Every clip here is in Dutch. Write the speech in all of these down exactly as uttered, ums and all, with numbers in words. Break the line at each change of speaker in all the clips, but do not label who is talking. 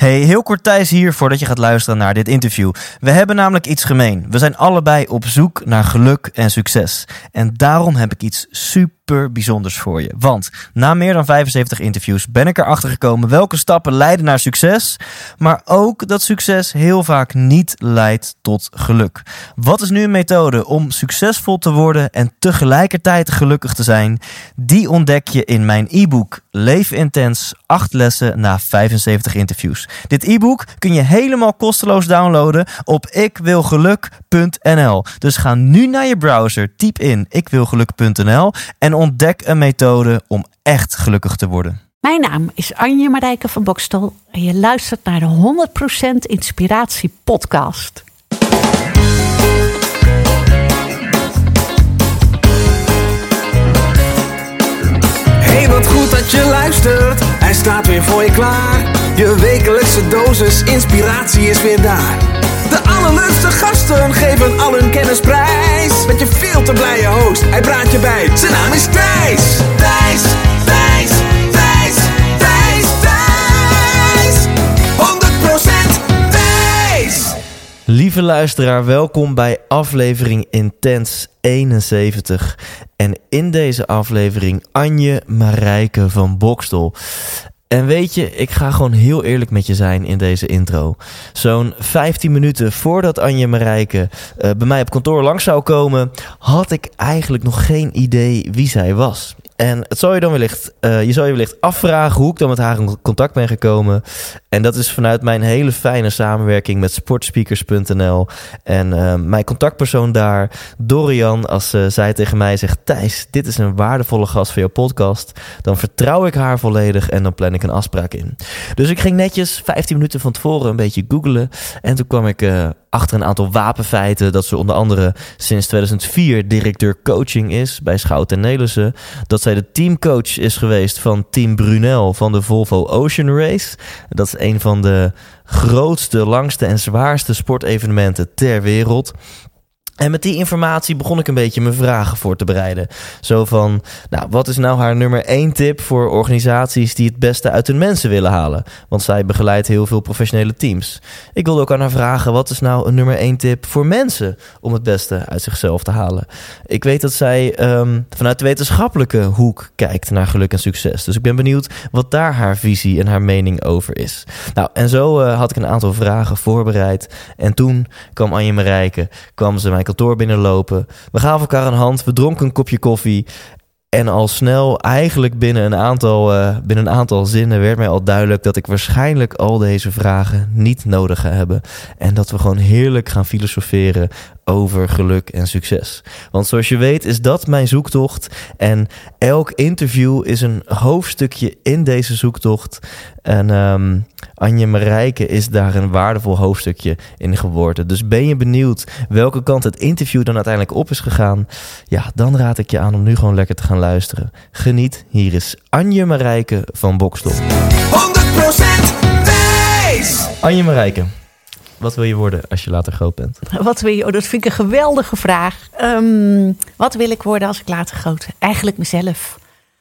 Hey, heel kort Thijs hier voordat je gaat luisteren naar dit interview. We hebben namelijk iets gemeen. We zijn allebei op zoek naar geluk en succes. En daarom heb ik iets super bijzonders voor je. Want na meer dan vijfenzeventig interviews ben ik erachter gekomen welke stappen leiden naar succes. Maar ook dat succes heel vaak niet leidt tot geluk. Wat is nu een methode om succesvol te worden en tegelijkertijd gelukkig te zijn? Die ontdek je in mijn e-book Leef Intens, acht lessen na vijfenzeventig interviews. Dit e-book kun je helemaal kosteloos downloaden op ikwilgeluk punt n l. Dus ga nu naar je browser, typ in ikwilgeluk punt n l en ontdek een methode om echt gelukkig te worden.
Mijn naam is Anje Marijke van Boxtel en je luistert naar de honderd procent Inspiratie podcast.
Hey, wat goed dat je luistert. Hij staat weer voor je klaar. Je wekelijkse dosis inspiratie is weer daar. De allerleukste gasten geven al hun kennis prijs. Met je veel te blije host, hij praat je bij. Zijn naam is Thijs. Thijs, Thijs, Thijs, Thijs, Thijs. honderd procent Thijs.
Lieve luisteraar, welkom bij aflevering Intens eenenzeventig. En in deze aflevering Anje Marijke van Boxtel. En weet je, ik ga gewoon heel eerlijk met je zijn in deze intro. Zo'n vijftien minuten voordat Anje Marijke uh, bij mij op kantoor langs zou komen, had ik eigenlijk nog geen idee wie zij was. En het zal je dan wellicht, uh, je zal je wellicht afvragen hoe ik dan met haar in contact ben gekomen. En dat is vanuit mijn hele fijne samenwerking met sportspeakers punt n l. En uh, mijn contactpersoon daar, Dorian, als uh, zij tegen mij zegt: Thijs, dit is een waardevolle gast voor jouw podcast. Dan vertrouw ik haar volledig en dan plan ik een afspraak in. Dus ik ging netjes vijftien minuten van tevoren een beetje googlen. En toen kwam ik uh, achter een aantal wapenfeiten. Dat ze onder andere sinds tweeduizend vier directeur coaching is bij Schouten en Nelissen. Dat zij de teamcoach is geweest van Team Brunel van de Volvo Ocean Race. Dat is een van de grootste, langste en zwaarste sportevenementen ter wereld. En met die informatie begon ik een beetje mijn vragen voor te bereiden. Zo van, nou, wat is nou haar nummer één tip voor organisaties die het beste uit hun mensen willen halen? Want zij begeleidt heel veel professionele teams. Ik wilde ook aan haar vragen, wat is nou een nummer één tip voor mensen om het beste uit zichzelf te halen? Ik weet dat zij um, vanuit de wetenschappelijke hoek kijkt naar geluk en succes. Dus ik ben benieuwd wat daar haar visie en haar mening over is. Nou, en zo uh, had ik een aantal vragen voorbereid. En toen kwam Anje Marijke, kwam ze mij kantoor binnenlopen. We gaven elkaar een hand, we dronken een kopje koffie. En al snel, eigenlijk binnen een aantal, uh, binnen een aantal zinnen, werd mij al duidelijk dat ik waarschijnlijk al deze vragen niet nodig ga hebben. En dat we gewoon heerlijk gaan filosoferen over geluk en succes. Want zoals je weet is dat mijn zoektocht. En elk interview is een hoofdstukje in deze zoektocht. En um, Anje Marijke is daar een waardevol hoofdstukje in geworden. Dus ben je benieuwd welke kant het interview dan uiteindelijk op is gegaan? Ja, dan raad ik je aan om nu gewoon lekker te gaan luisteren. Geniet, hier is Anje Marijke van Boxtel.
honderd procent Thijs.
Anje Marijke, wat wil je worden als je later groot bent?
Wat wil je? Oh, dat vind ik een geweldige vraag. Um, wat wil ik worden als ik later groot ben? Eigenlijk mezelf.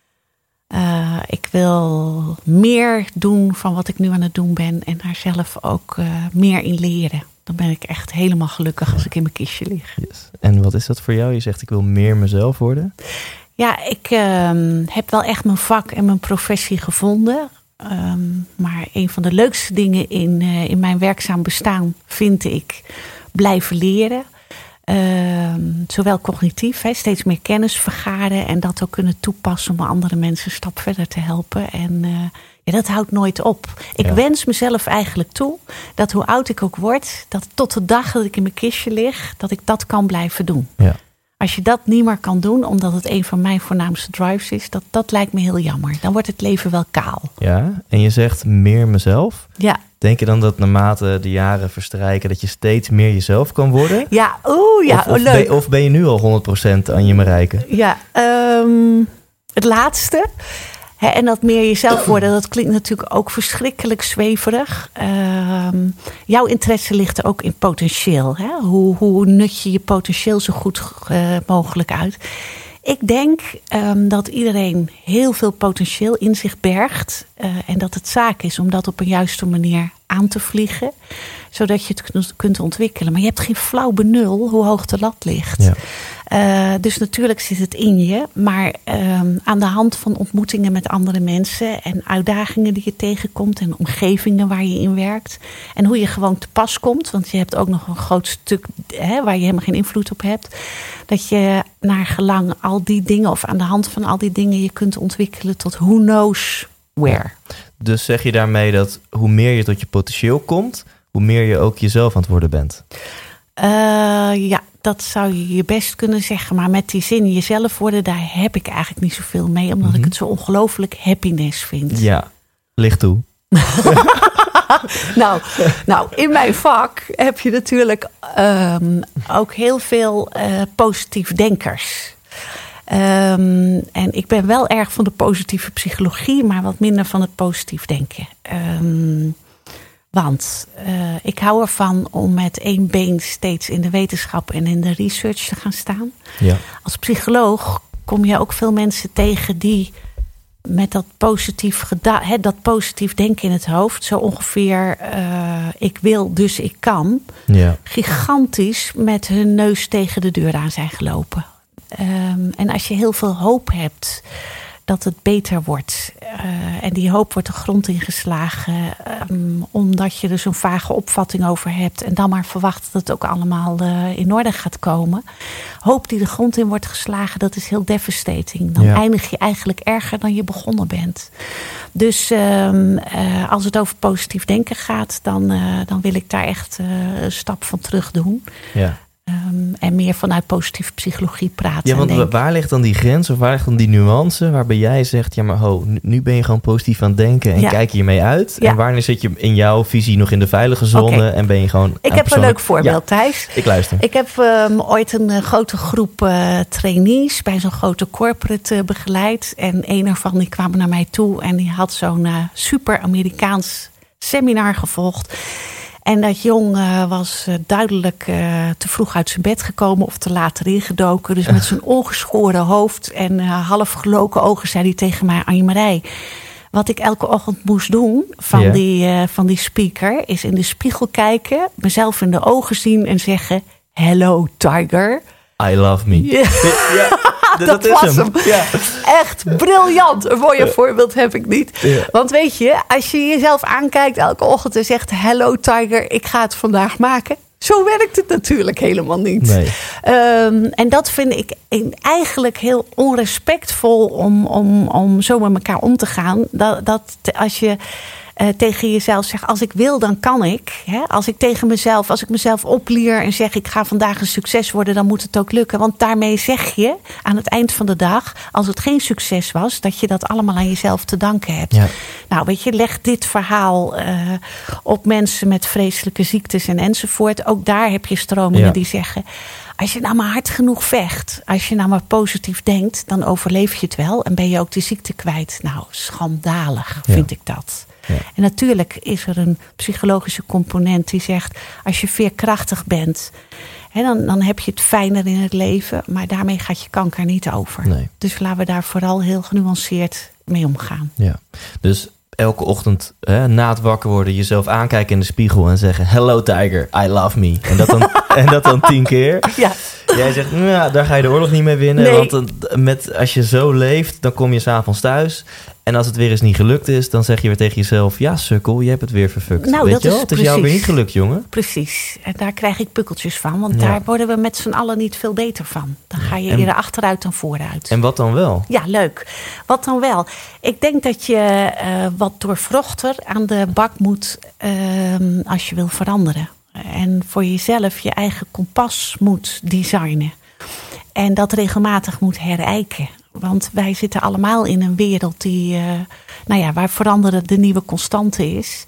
Uh, ik wil meer doen van wat ik nu aan het doen ben en daar zelf ook uh, meer in leren. Dan ben ik echt helemaal gelukkig als ik in mijn kistje lig.
Yes. En wat is dat voor jou? Je zegt ik wil meer mezelf worden.
Ja, ik uh, heb wel echt mijn vak en mijn professie gevonden. Um, maar een van de leukste dingen in, uh, in mijn werkzaam bestaan vind ik blijven leren. Uh, zowel cognitief, hè, steeds meer kennis vergaren en dat ook kunnen toepassen om andere mensen een stap verder te helpen. En uh, ja, dat houdt nooit op. Ik ja. wens mezelf eigenlijk toe dat hoe oud ik ook word, dat tot de dag dat ik in mijn kistje lig, dat ik dat kan blijven doen.
Ja.
Als je dat niet meer kan doen, omdat het een van mijn voornaamste drives is, dat, dat lijkt me heel jammer. Dan wordt het leven wel kaal.
Ja, en je zegt meer mezelf.
Ja.
Denk je dan dat naarmate de jaren verstrijken, dat je steeds meer jezelf kan worden?
Ja, oeh, ja,
of, of,
oh, leuk.
Ben, of ben je nu al honderd procent Anje Marijke?
Ja, um, het laatste. He, en dat meer jezelf worden, dat klinkt natuurlijk ook verschrikkelijk zweverig. Um, jouw interesse ligt er ook in potentieel. Hè? Hoe, hoe nut je je potentieel zo goed uh, mogelijk uit? Ik denk um, dat iedereen heel veel potentieel in zich bergt. Uh, en dat het zaak is om dat op een juiste manier aan te vliegen. Zodat je het kunt ontwikkelen. Maar je hebt geen flauw benul hoe hoog de lat ligt.
Ja.
Uh, dus natuurlijk zit het in je. Maar um, aan de hand van ontmoetingen met andere mensen. En uitdagingen die je tegenkomt. En omgevingen waar je in werkt. En hoe je gewoon te pas komt. Want je hebt ook nog een groot stuk hè, waar je helemaal geen invloed op hebt. Dat je naar gelang al die dingen. Of aan de hand van al die dingen je kunt ontwikkelen tot who knows where.
Ja. Dus zeg je daarmee dat hoe meer je tot je potentieel komt, hoe meer je ook jezelf aan het worden bent?
Uh, ja, dat zou je je best kunnen zeggen. Maar met die zin jezelf worden, daar heb ik eigenlijk niet zoveel mee. Omdat mm-hmm. ik het zo ongelooflijk happiness vind.
Ja, licht toe.
nou, nou, in mijn vak heb je natuurlijk um, ook heel veel uh, positief denkers. Um, en ik ben wel erg van de positieve psychologie, maar wat minder van het positief denken. Um, want uh, ik hou ervan om met één been steeds in de wetenschap en in de research te gaan staan. Ja. Als psycholoog kom je ook veel mensen tegen die met dat positief, geda- he, dat positief denken in het hoofd, zo ongeveer uh, ik wil, dus ik kan, ja. gigantisch met hun neus tegen de deur aan zijn gelopen. Um, en als je heel veel hoop hebt dat het beter wordt. Uh, en die hoop wordt de grond ingeslagen. Um, omdat je er zo'n vage opvatting over hebt. En dan maar verwacht dat het ook allemaal uh, in orde gaat komen. Hoop die de grond in wordt geslagen, dat is heel devastating. Dan ja. eindig je eigenlijk erger dan je begonnen bent. Dus um, uh, als het over positief denken gaat, dan, uh, dan wil ik daar echt uh, een stap van terug doen. Ja. Um, en meer vanuit positieve psychologie praten.
Ja, want
en
waar ligt dan die grens of waar ligt dan die nuance waarbij jij zegt, ja maar ho, nu ben je gewoon positief aan het denken en ja. kijk hiermee uit. Ja. En wanneer zit je in jouw visie nog in de veilige zone okay. en ben je gewoon...
Ik heb een leuk voorbeeld, ja. Thijs.
Ik luister.
Ik heb um, ooit een uh, grote groep uh, trainees bij zo'n grote corporate uh, begeleid. En een ervan die kwam naar mij toe en die had zo'n uh, super Amerikaans seminar gevolgd. En dat jong uh, was uh, duidelijk uh, te vroeg uit zijn bed gekomen of te laat erin gedoken. Dus met zijn ongeschoren hoofd en uh, half geloken ogen zei hij tegen mij: Anjemarij, wat ik elke ochtend moest doen van, yeah. die, uh, van die speaker is in de spiegel kijken, mezelf in de ogen zien en zeggen: Hello, Tiger.
I love me.
Yeah. Ja, dat, dat was is hem. hem. Ja. Echt briljant. Een mooier ja. voorbeeld heb ik niet. Ja. Want weet je, als je jezelf aankijkt elke ochtend en zegt: Hello Tiger, ik ga het vandaag maken. Zo werkt het natuurlijk helemaal niet. Nee. Um, en dat vind ik eigenlijk heel onrespectvol om, om, om zo met elkaar om te gaan. Dat, dat als je uh, tegen jezelf zegt: als ik wil, dan kan ik. Hè? Als ik tegen mezelf, als ik mezelf oplier en zeg: ik ga vandaag een succes worden, dan moet het ook lukken. Want daarmee zeg je aan het eind van de dag, als het geen succes was, dat je dat allemaal aan jezelf te danken hebt. Ja. Nou, weet je, leg dit verhaal uh, op mensen met vreselijke ziektes en enzovoort. Ook daar heb je stromingen ja. die zeggen: als je nou maar hard genoeg vecht, als je nou maar positief denkt, dan overleef je het wel en ben je ook de ziekte kwijt. Nou, schandalig vind ja. ik dat. Ja. En natuurlijk is er een psychologische component die zegt: als je veerkrachtig bent, hè, dan, dan heb je het fijner in het leven. Maar daarmee gaat je kanker niet over. Nee. Dus laten we daar vooral heel genuanceerd mee omgaan.
Ja. Dus elke ochtend hè, na het wakker worden jezelf aankijken in de spiegel en zeggen: Hello Tiger, I love me. En dat dan, en dat dan tien keer. Ja. Jij zegt, nou, daar ga je de oorlog niet mee winnen. Nee. Want met, als je zo leeft, dan kom je 's avonds thuis. En als het weer eens niet gelukt is, dan zeg je weer tegen jezelf: ja, sukkel, je hebt het weer verfukt.
Nou,
Weet
dat
je wel?
Is
het is
precies.
jou weer niet gelukt, jongen.
Precies. En daar krijg ik pukkeltjes van. Want ja. daar worden we met z'n allen niet veel beter van. Dan ga je en, eerder achteruit dan vooruit.
En wat dan wel?
Ja, leuk. Wat dan wel? Ik denk dat je uh, wat doorvrochter aan de bak moet uh, als je wil veranderen. En voor jezelf je eigen kompas moet designen. En dat regelmatig moet herijken. Want wij zitten allemaal in een wereld die, uh, nou ja, waar veranderen de nieuwe constante is.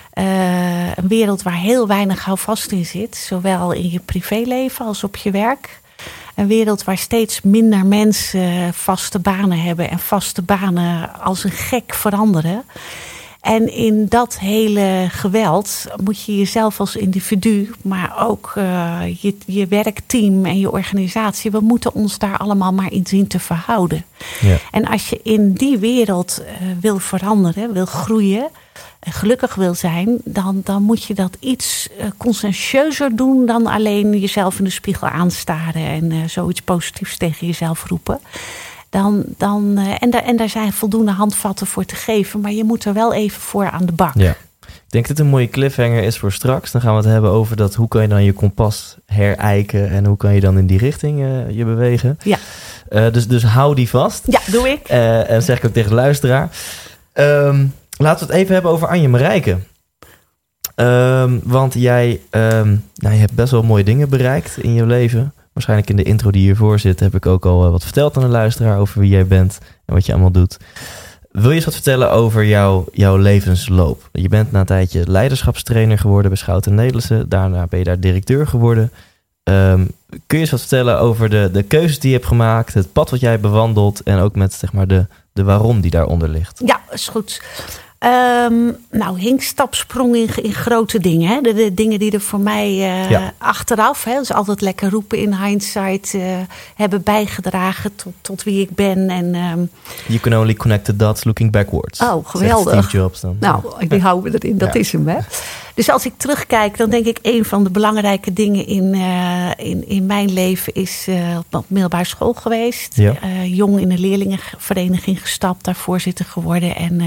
Uh, een wereld waar heel weinig houvast in zit. Zowel in je privéleven als op je werk. Een wereld waar steeds minder mensen vaste banen hebben. En vaste banen als een gek veranderen. En in dat hele geweld moet je jezelf als individu, maar ook uh, je, je werkteam en je organisatie, we moeten ons daar allemaal maar in zien te verhouden. Ja. En als je in die wereld uh, wil veranderen, wil groeien, gelukkig wil zijn, dan, dan moet je dat iets uh, conscientieuzer doen dan alleen jezelf in de spiegel aanstaren en uh, zoiets positiefs tegen jezelf roepen. Dan, dan, uh, en, daar, en daar zijn voldoende handvatten voor te geven, maar je moet er wel even voor aan de bak.
Ja. Ik denk dat het een mooie cliffhanger is voor straks. Dan gaan we het hebben over dat hoe kan je dan je kompas herijken en hoe kan je dan in die richting uh, je bewegen.
Ja.
Uh, dus, dus hou die vast.
Ja, doe ik.
Uh, en zeg ik ook tegen de luisteraar. Um, Laten we het even hebben over Anje Marijke. Um, want jij um, nou, je hebt best wel mooie dingen bereikt in je leven. Waarschijnlijk in de intro die hiervoor zit heb ik ook al uh, wat verteld aan de luisteraar over wie jij bent en wat je allemaal doet. Wil je eens wat vertellen over jouw, jouw levensloop? Je bent na een tijdje leiderschapstrainer geworden bij Schouten Nelissen. Daarna ben je daar directeur geworden. Um, kun je eens wat vertellen over de, de keuzes die je hebt gemaakt, het pad wat jij hebt bewandeld en ook met zeg maar de, de waarom die daaronder ligt?
Ja, is goed. Um, nou, Henk stapsprong in, in grote dingen. Hè? De, de dingen die er voor mij uh, ja. achteraf, hè, dus altijd lekker roepen in hindsight, uh, hebben bijgedragen tot, tot wie ik ben. En, um,
you can only connect the dots looking backwards.
Oh, geweldig.
Steve Jobs dan.
Nou, die ja. houden we erin. Dat ja. is hem, hè. Dus als ik terugkijk, dan denk ik een van de belangrijke dingen in, uh, in, in mijn leven is uh, op middelbare school geweest. Ja. Uh, jong in een leerlingenvereniging gestapt, daar voorzitter geworden en uh,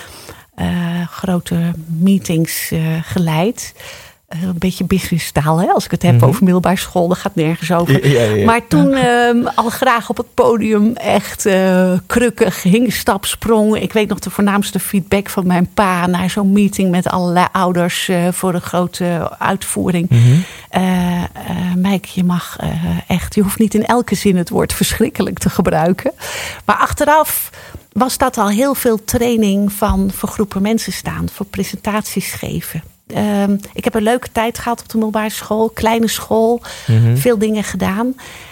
uh, grote meetings uh, geleid. Uh, een beetje businesstaal, hè? Als ik het heb mm-hmm. over middelbare school, dat gaat nergens over. Ja, ja, ja. Maar toen uh, al graag op het podium echt uh, krukkig, hingstapsprong. Ik weet nog de voornaamste feedback van mijn pa naar zo'n meeting met allerlei ouders uh, voor een grote uitvoering. Mm-hmm. Uh, uh, Meike, je mag uh, echt, je hoeft niet in elke zin het woord verschrikkelijk te gebruiken. Maar achteraf was dat al heel veel training van voor groepen mensen staan, voor presentaties geven. Uh, ik heb een leuke tijd gehad op de middelbare school. Kleine school. Mm-hmm. Veel dingen gedaan.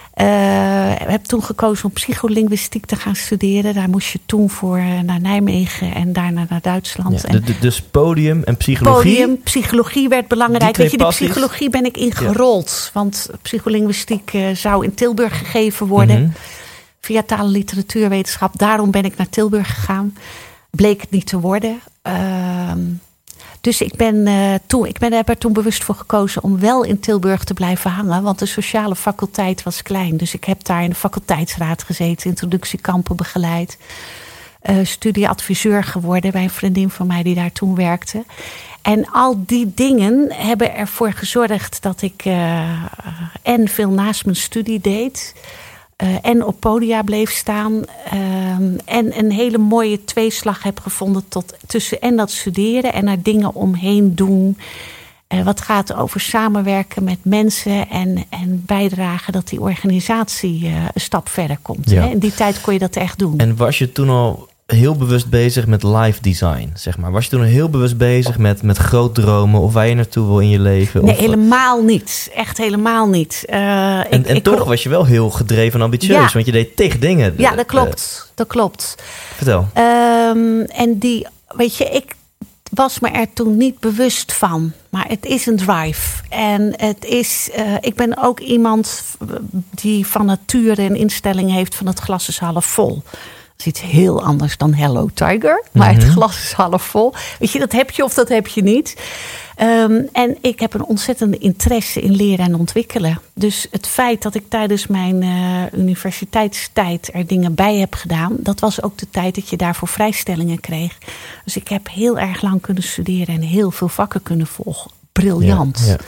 Uh, ik heb toen gekozen om psycholinguïstiek te gaan studeren. Daar moest je toen voor naar Nijmegen en daarna naar Duitsland.
Ja, de, de, dus podium en psychologie?
Podium, psychologie werd belangrijk. Weet je, de psychologie ben ik ingerold. Ja. Want psycholinguïstiek uh, zou in Tilburg gegeven worden. Mm-hmm. Via taal- en literatuurwetenschap. Daarom ben ik naar Tilburg gegaan. Bleek het niet te worden. Uh, Dus ik ben, uh, toen, ik ben heb er toen bewust voor gekozen om wel in Tilburg te blijven hangen. Want de sociale faculteit was klein. Dus ik heb daar in de faculteitsraad gezeten. Introductiekampen begeleid. Uh, studieadviseur geworden bij een vriendin van mij die daar toen werkte. En al die dingen hebben ervoor gezorgd dat ik uh, en veel naast mijn studie deed. Uh, en op podia bleef staan. Uh, en een hele mooie tweeslag heb gevonden tot, tussen en dat studeren en er dingen omheen doen. Uh, wat gaat over samenwerken met mensen en, en bijdragen dat die organisatie uh, een stap verder komt. Ja. Hè? In die tijd kon je dat echt doen.
En was je toen al heel bewust bezig met life design, zeg maar? Was je toen heel bewust bezig met, met groot dromen of waar je naartoe wil in je leven?
Nee,
of,
helemaal niet. Echt helemaal niet. Uh,
en
ik,
en
ik,
toch was je wel heel gedreven en ambitieus, ja. want je deed tegen dingen.
Ja, dat klopt. Uh, dat klopt.
Vertel.
Um, en die, weet je, ik was me er toen niet bewust van. Maar het is een drive. En het is, uh, ik ben ook iemand die van nature een instelling heeft van het glas is half vol. Dat is iets heel anders dan Hello Tiger. Maar mm-hmm. het glas is half vol. Weet je, dat heb je of dat heb je niet. Um, en ik heb een ontzettende interesse in leren en ontwikkelen. Dus het feit dat ik tijdens mijn uh, universiteitstijd er dingen bij heb gedaan, dat was ook de tijd dat je daarvoor vrijstellingen kreeg. Dus ik heb heel erg lang kunnen studeren en heel veel vakken kunnen volgen. Briljant. Ja, ja.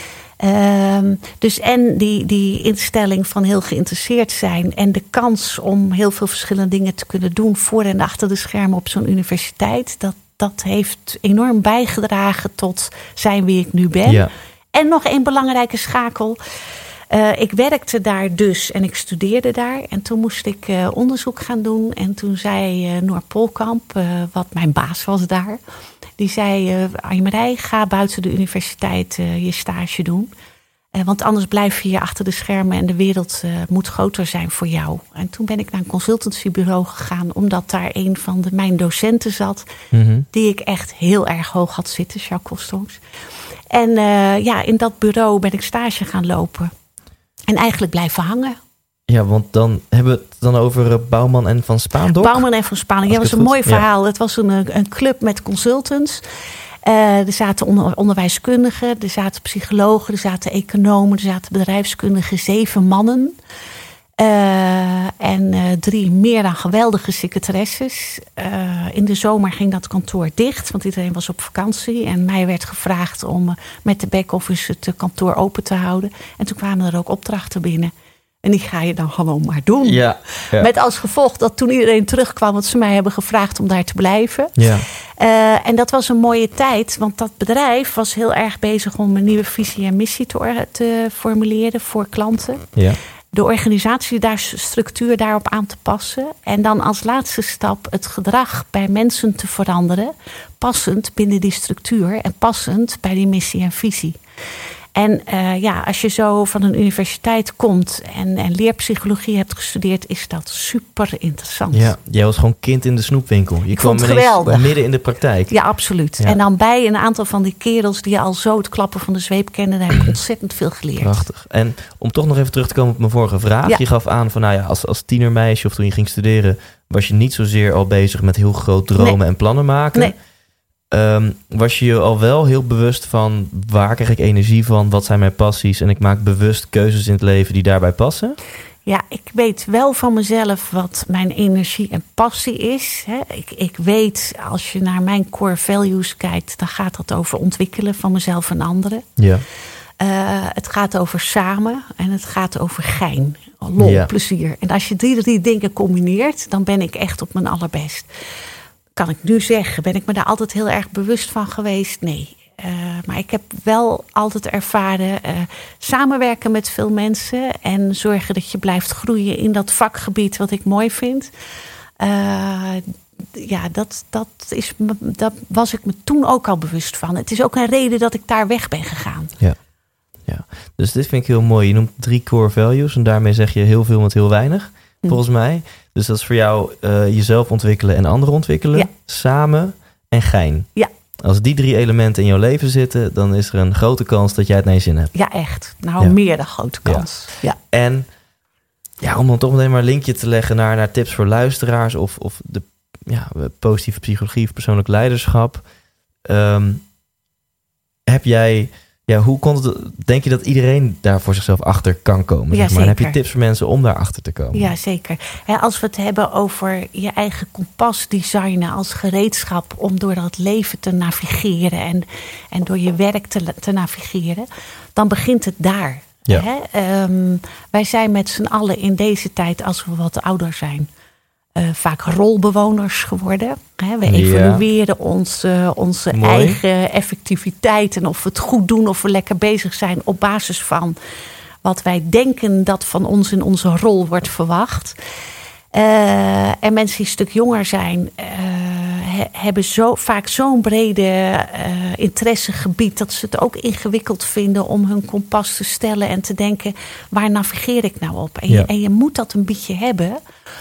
Um, dus en die, die instelling van heel geïnteresseerd zijn en de kans om heel veel verschillende dingen te kunnen doen voor en achter de schermen op zo'n universiteit, dat, dat heeft enorm bijgedragen tot zijn wie ik nu ben. Ja. En nog één belangrijke schakel. Uh, ik werkte daar dus en ik studeerde daar. En toen moest ik uh, onderzoek gaan doen. En toen zei uh, Noor Polkamp, uh, wat mijn baas was daar, die zei, uh, Anjemarij, ga buiten de universiteit uh, je stage doen. Uh, want anders blijf je hier achter de schermen en de wereld uh, moet groter zijn voor jou. En toen ben ik naar een consultancybureau gegaan, omdat daar een van de, mijn docenten zat, mm-hmm. die ik echt heel erg hoog had zitten, Jacques Kostongs. En uh, ja, in dat bureau ben ik stage gaan lopen. En eigenlijk blijven hangen.
Ja, want dan hebben we het dan over uh, Bouwman en Van Spaandok?
Bouwman en Van Spaandok. Ja, dat was een goed? mooi verhaal. Ja. Het was een, een club met consultants. Uh, er zaten onder, onderwijskundigen, er zaten psychologen, er zaten economen, er zaten bedrijfskundigen, zeven mannen. Uh, en uh, drie meer dan geweldige secretaresses. Uh, in de zomer ging dat kantoor dicht, want iedereen was op vakantie. En mij werd gevraagd om uh, met de back-office het kantoor open te houden. En toen kwamen er ook opdrachten binnen. En die ga je dan gewoon maar doen.
Ja, ja.
Met als gevolg dat toen iedereen terugkwam, dat ze mij hebben gevraagd om daar te blijven.
Ja.
Uh, en dat was een mooie tijd, want dat bedrijf was heel erg bezig om een nieuwe visie en missie te, or- te formuleren voor klanten.
Ja.
De organisatie, daar structuur daarop aan te passen. En dan als laatste stap het gedrag bij mensen te veranderen. Passend binnen die structuur en passend bij die missie en visie. En uh, ja, als je zo van een universiteit komt en, en leerpsychologie hebt gestudeerd, is dat super interessant.
Ja, jij was gewoon kind in de snoepwinkel. Je
Ik
kwam
vond het geweldig.
Midden in de praktijk.
Ja, absoluut. Ja. En dan bij een aantal van die kerels die al zo het klappen van de zweep kenden, daar heb ik ontzettend veel geleerd.
Prachtig. En om toch nog even terug te komen op mijn vorige vraag. Ja. Je gaf aan van, nou ja, als, als tienermeisje of toen je ging studeren, was je niet zozeer al bezig met heel groot dromen nee. en plannen maken.
Nee.
Um, was je je al wel heel bewust van waar krijg ik energie van, wat zijn mijn passies en ik maak bewust keuzes in het leven die daarbij passen?
Ja, ik weet wel van mezelf wat mijn energie en passie is. Ik, ik weet, als je naar mijn core values kijkt, dan gaat dat over ontwikkelen van mezelf en anderen.
Ja.
Uh, het gaat over samen en het gaat over gein, lol, ja. plezier. En als je die drie dingen combineert, dan ben ik echt op mijn allerbest. Kan ik nu zeggen, ben ik me daar altijd heel erg bewust van geweest? Nee. Uh, maar ik heb wel altijd ervaren uh, samenwerken met veel mensen en zorgen dat je blijft groeien in dat vakgebied wat ik mooi vind. Uh, ja, dat, dat, is, dat was ik me toen ook al bewust van. Het is ook een reden dat ik daar weg ben gegaan.
Ja. Ja. Dus dit vind ik heel mooi. Je noemt drie core values en daarmee zeg je heel veel met heel weinig, volgens hm. mij. Dus dat is voor jou uh, jezelf ontwikkelen en anderen ontwikkelen. Ja. Samen en gein.
Ja.
Als die drie elementen in jouw leven zitten, dan is er een grote kans dat jij het naar je zin hebt.
Ja, echt. Nou, ja. meer dan grote kans. Ja. ja.
En ja, om dan toch meteen maar een linkje te leggen naar, naar tips voor luisteraars of, of de ja, positieve psychologie of persoonlijk leiderschap. Um, heb jij... Ja, hoe kon het, denk je dat iedereen daar voor zichzelf achter kan komen?
Ja,
zeg maar? En heb je tips voor mensen om daar achter te komen?
Ja, zeker. Ja, als we het hebben over je eigen kompas designen als gereedschap om door dat leven te navigeren en, en door je werk te, te navigeren, dan begint het daar.
Ja.
Hè? Um, wij zijn met z'n allen in deze tijd, als we wat ouder zijn, Uh, vaak rolbewoners geworden. Hè? We evalueren ja. onze, onze eigen effectiviteit en of we het goed doen of we lekker bezig zijn op basis van wat wij denken dat van ons in onze rol wordt verwacht. Uh, en mensen die een stuk jonger zijn, uh, he, hebben zo, vaak zo'n brede uh, interessegebied dat ze het ook ingewikkeld vinden om hun kompas te stellen en te denken, waar navigeer ik nou op? En, ja. je, en je moet dat een beetje hebben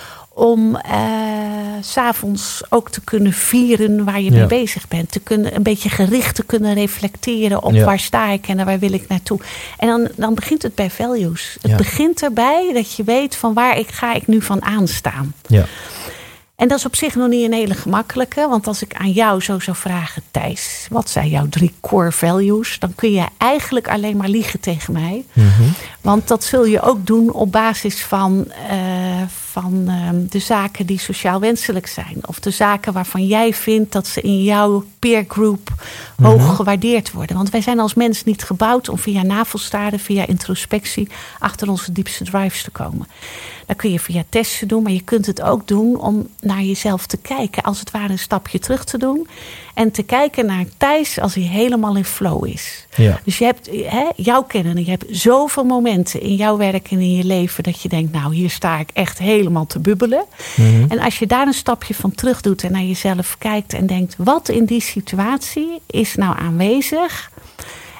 om uh, 's avonds ook te kunnen vieren waar je ja. mee bezig bent. Te kunnen, een beetje gericht te kunnen reflecteren op ja. waar sta ik en waar wil ik naartoe. En dan, dan begint het bij values. Het ja. begint erbij dat je weet van waar ik ga ik nu van aanstaan.
Ja.
En dat is op zich nog niet een hele gemakkelijke. Want als ik aan jou zo zou vragen, Thijs, wat zijn jouw drie core values? Dan kun je eigenlijk alleen maar liegen tegen mij.
Mm-hmm.
Want dat zul je ook doen op basis van, uh, van uh, de zaken die sociaal wenselijk zijn. Of de zaken waarvan jij vindt dat ze in jouw peergroep hoog mm-hmm. gewaardeerd worden. Want wij zijn als mens niet gebouwd om via navelstaren, via introspectie achter onze diepste drives te komen. Dat kun je via testen doen, maar je kunt het ook doen om naar jezelf te kijken. Als het ware een stapje terug te doen. En te kijken naar Thijs als hij helemaal in flow is.
Ja.
Dus je hebt hè, jouw kennen. Je hebt zoveel momenten in jouw werk en in je leven dat je denkt, nou hier sta ik echt helemaal te bubbelen.
Mm-hmm.
En als je daar een stapje van terug doet en naar jezelf kijkt en denkt, wat in die situatie is nou aanwezig?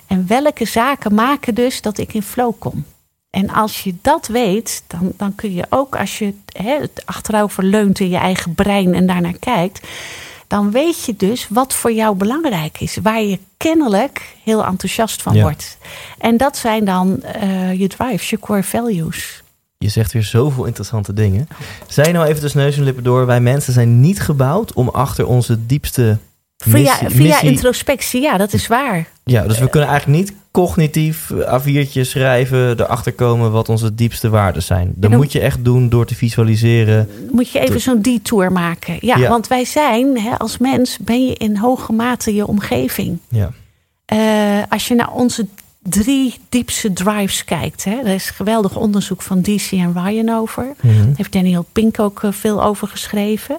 En welke zaken maken dus dat ik in flow kom? En als je dat weet, dan, dan kun je ook als je hè, het achterover leunt in je eigen brein en daarnaar kijkt, dan weet je dus wat voor jou belangrijk is. Waar je kennelijk heel enthousiast van ja. wordt. En dat zijn dan uh, je drives, je core values.
Je zegt weer zoveel interessante dingen. Zei nou even tussen neus en lippen door. Wij mensen zijn niet gebouwd om achter onze diepste missie...
Via, via missie... introspectie, ja, dat is waar.
Ja, dus we kunnen eigenlijk niet cognitief A viertjes schrijven, erachter komen wat onze diepste waarden zijn. Dat dan moet je echt doen door te visualiseren.
Moet je even door... zo'n detour maken. Ja, ja. Want wij zijn, hè, als mens ben je in hoge mate je omgeving.
Ja.
Uh, als je naar onze drie diepste drives kijkt. Hè, er is geweldig onderzoek van D C en Ryan over. Mm-hmm. Daar heeft Daniel Pink ook uh, veel over geschreven.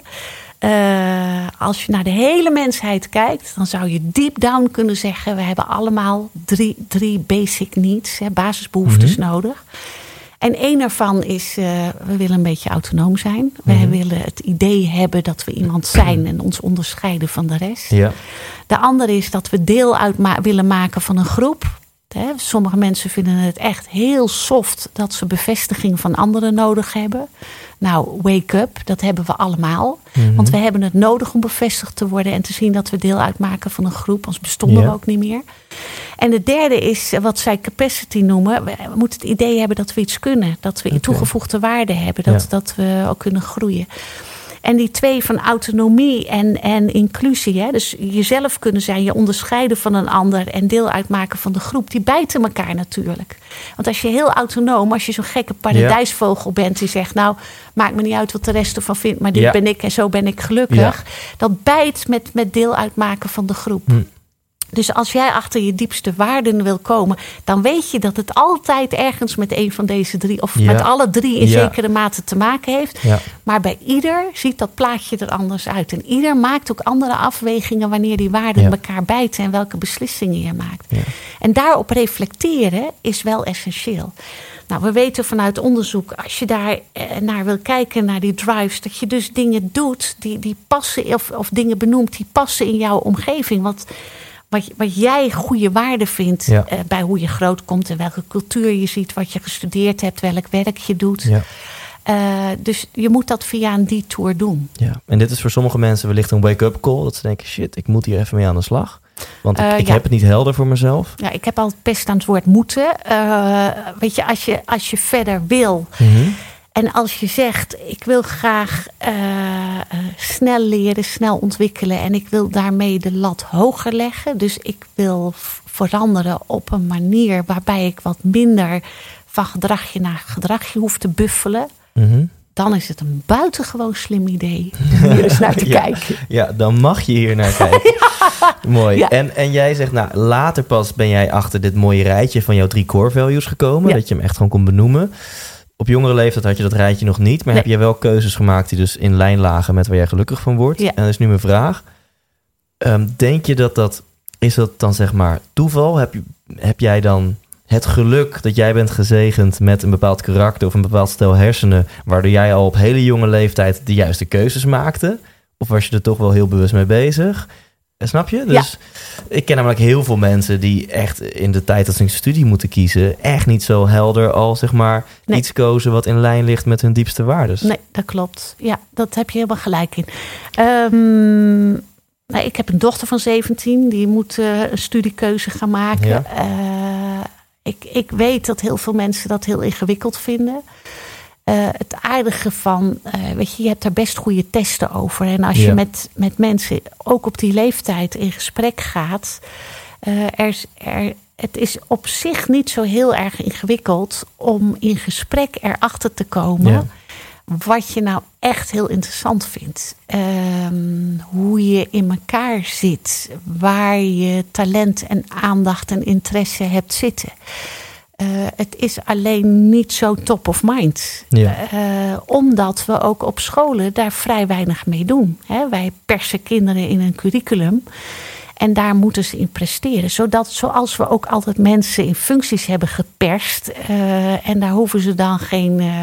Uh, als je naar de hele mensheid kijkt, dan zou je deep down kunnen zeggen, we hebben allemaal drie, drie basic needs, hè, basisbehoeftes mm-hmm. nodig. En één ervan is, uh, we willen een beetje autonoom zijn. Mm-hmm. We willen het idee hebben dat we iemand zijn en ons onderscheiden van de rest.
Ja.
De andere is dat we deel uit ma- willen maken van een groep. Sommige mensen vinden het echt heel soft dat ze bevestiging van anderen nodig hebben. Nou, wake up, dat hebben we allemaal. Mm-hmm. Want we hebben het nodig om bevestigd te worden en te zien dat we deel uitmaken van een groep. Anders bestonden yeah. we ook niet meer. En de derde is wat zij capacity noemen. We moeten het idee hebben dat we iets kunnen. Dat we okay. toegevoegde waarde hebben. Dat, yeah. dat we ook kunnen groeien. En die twee van autonomie en, en inclusie. Hè, dus jezelf kunnen zijn, je onderscheiden van een ander en deel uitmaken van de groep. Die bijten elkaar natuurlijk. Want als je heel autonoom, als je zo'n gekke paradijsvogel bent die zegt, nou, maakt me niet uit wat de rest ervan vindt, maar dit ja. ben ik en zo ben ik gelukkig. Ja. Dat bijt met, met deel uitmaken van de groep. Hm. Dus als jij achter je diepste waarden wil komen, dan weet je dat het altijd ergens met een van deze drie, of ja. met alle drie in ja. zekere mate te maken heeft. Ja. Maar bij ieder ziet dat plaatje er anders uit. En ieder maakt ook andere afwegingen wanneer die waarden ja. elkaar bijten en welke beslissingen je maakt. Ja. En daarop reflecteren is wel essentieel. Nou, we weten vanuit onderzoek, als je daar naar wil kijken, naar die drives, dat je dus dingen doet die, die passen, of, of dingen benoemt die passen in jouw omgeving. Want Wat, wat jij goede waarde vindt ja. uh, bij hoe je groot komt en welke cultuur je ziet, wat je gestudeerd hebt, welk werk je doet. Ja. Uh, dus je moet dat via een detour doen.
Ja. En dit is voor sommige mensen wellicht een wake-up call. Dat ze denken, shit, ik moet hier even mee aan de slag. Want ik, uh, ik ja. heb het niet helder voor mezelf.
Ja, ik heb altijd best aan het woord moeten. Uh, weet je, als je, als je verder wil.
Mm-hmm.
En als je zegt, ik wil graag uh, uh, snel leren, snel ontwikkelen. En ik wil daarmee de lat hoger leggen. Dus ik wil veranderen op een manier waarbij ik wat minder van gedragje naar gedragje hoef te buffelen.
Mm-hmm.
Dan is het een buitengewoon slim idee om hier eens naar te
ja,
kijken.
Ja, dan mag je hier naar kijken. ja. Mooi. Ja. En, en jij zegt, nou, later pas ben jij achter dit mooie rijtje van jouw drie core values gekomen. Ja. Dat je hem echt gewoon kon benoemen. Op jongere leeftijd had je dat rijtje nog niet. Maar nee. heb je wel keuzes gemaakt die dus in lijn lagen met waar jij gelukkig van wordt? Ja. En dat is nu mijn vraag. Um, denk je dat dat... Is dat dan zeg maar toeval? Heb, je, heb jij dan het geluk dat jij bent gezegend met een bepaald karakter of een bepaald stel hersenen, waardoor jij al op hele jonge leeftijd de juiste keuzes maakte? Of was je er toch wel heel bewust mee bezig? Snap je? Dus ja. ik ken namelijk heel veel mensen die echt in de tijd dat ze een studie moeten kiezen, echt niet zo helder al zeg maar nee. iets kozen wat in lijn ligt met hun diepste waardes.
Nee, dat klopt. Ja, dat heb je helemaal gelijk in. Um, nou, ik heb een dochter van zeventien, die moet uh, een studiekeuze gaan maken. Ja. Uh, ik, ik weet dat heel veel mensen dat heel ingewikkeld vinden. Uh, het aardige van, uh, weet je, je hebt daar best goede testen over. En als je ja. met, met mensen ook op die leeftijd in gesprek gaat, uh, er, er, het is op zich niet zo heel erg ingewikkeld om in gesprek erachter te komen ja. wat je nou echt heel interessant vindt. Um, hoe je in elkaar zit, waar je talent en aandacht en interesse hebt zitten. Uh, het is alleen niet zo top of mind. Ja. Uh, omdat we ook op scholen daar vrij weinig mee doen. Hè? Wij persen kinderen in een curriculum. En daar moeten ze in presteren. Zodat, zoals we ook altijd mensen in functies hebben geperst. Uh, en daar hoeven ze dan geen uh,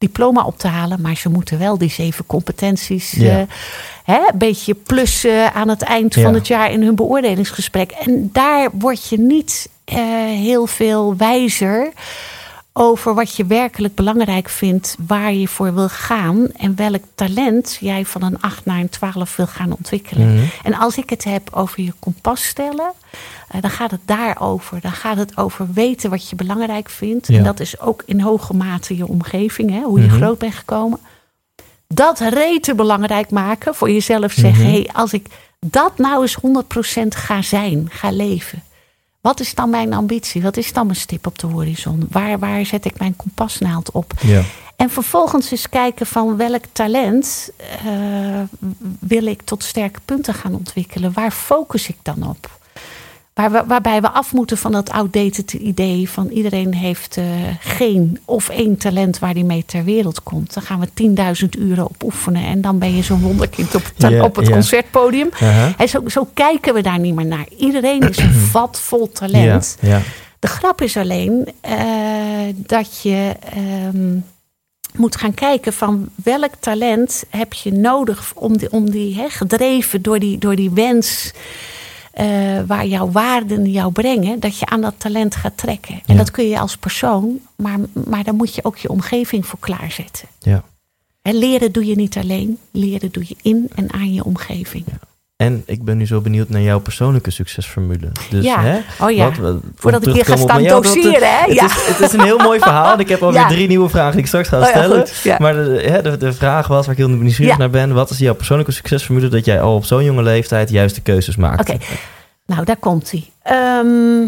diploma op te halen. Maar ze moeten wel die zeven competenties...
Ja.
Uh, hè, een beetje plussen aan het eind
Ja.
van het jaar in hun beoordelingsgesprek. En daar word je niet uh, heel veel wijzer over wat je werkelijk belangrijk vindt, waar je voor wil gaan en welk talent jij van een acht naar een twaalf wil gaan ontwikkelen.
Mm-hmm.
En als ik het heb over je kompas stellen, uh, dan gaat het daarover. Dan gaat het over weten wat je belangrijk vindt.
Ja.
En dat is ook in hoge mate je omgeving, hè, hoe je
Mm-hmm.
groot bent gekomen. Dat rete belangrijk maken, voor jezelf zeggen,
Mm-hmm.
hey, als ik dat nou eens honderd procent ga zijn, ga leven. Wat is dan mijn ambitie? Wat is dan mijn stip op de horizon? Waar, waar zet ik mijn kompasnaald op?
Ja.
En vervolgens eens kijken van welk talent uh, wil ik tot sterke punten gaan ontwikkelen? Waar focus ik dan op? Waar we, waarbij we af moeten van dat outdated idee van iedereen heeft uh, geen of één talent waar die mee ter wereld komt. Dan gaan we tienduizend uren op oefenen en dan ben je zo'n wonderkind op het,
Yeah,
op het
yeah.
concertpodium.
Uh-huh.
En zo, zo kijken we daar niet meer naar. Iedereen is een vat vol talent.
Ja, ja.
De grap is alleen uh, dat je um, moet gaan kijken van welk talent heb je nodig om die, om die hè, gedreven door die, door die wens uh, waar jouw waarden jou brengen, dat je aan dat talent gaat trekken. En
Ja.
dat kun je als persoon, maar, maar daar moet je ook je omgeving voor klaarzetten.
Ja.
En leren doe je niet alleen, leren doe je in en aan je omgeving.
Ja. En ik ben nu zo benieuwd naar jouw persoonlijke succesformule. Dus,
Ja.
hè,
Oh ja.
wat, wat,
Voordat ik weer ga
terugkomen op-
staan
maar ja, dat-
doseren, hè?
Het,
Ja.
is, het is een heel mooi verhaal. En ik heb alweer
Ja.
drie nieuwe vragen die ik straks ga
Oh ja,
stellen.
goed. Ja.
Maar de, hè, de, de vraag was, waar ik heel nieuwsgierig
Ja.
naar ben. Wat is jouw persoonlijke succesformule dat jij al op zo'n jonge leeftijd juiste keuzes maakt?
Oké, nou daar komt hij. Um,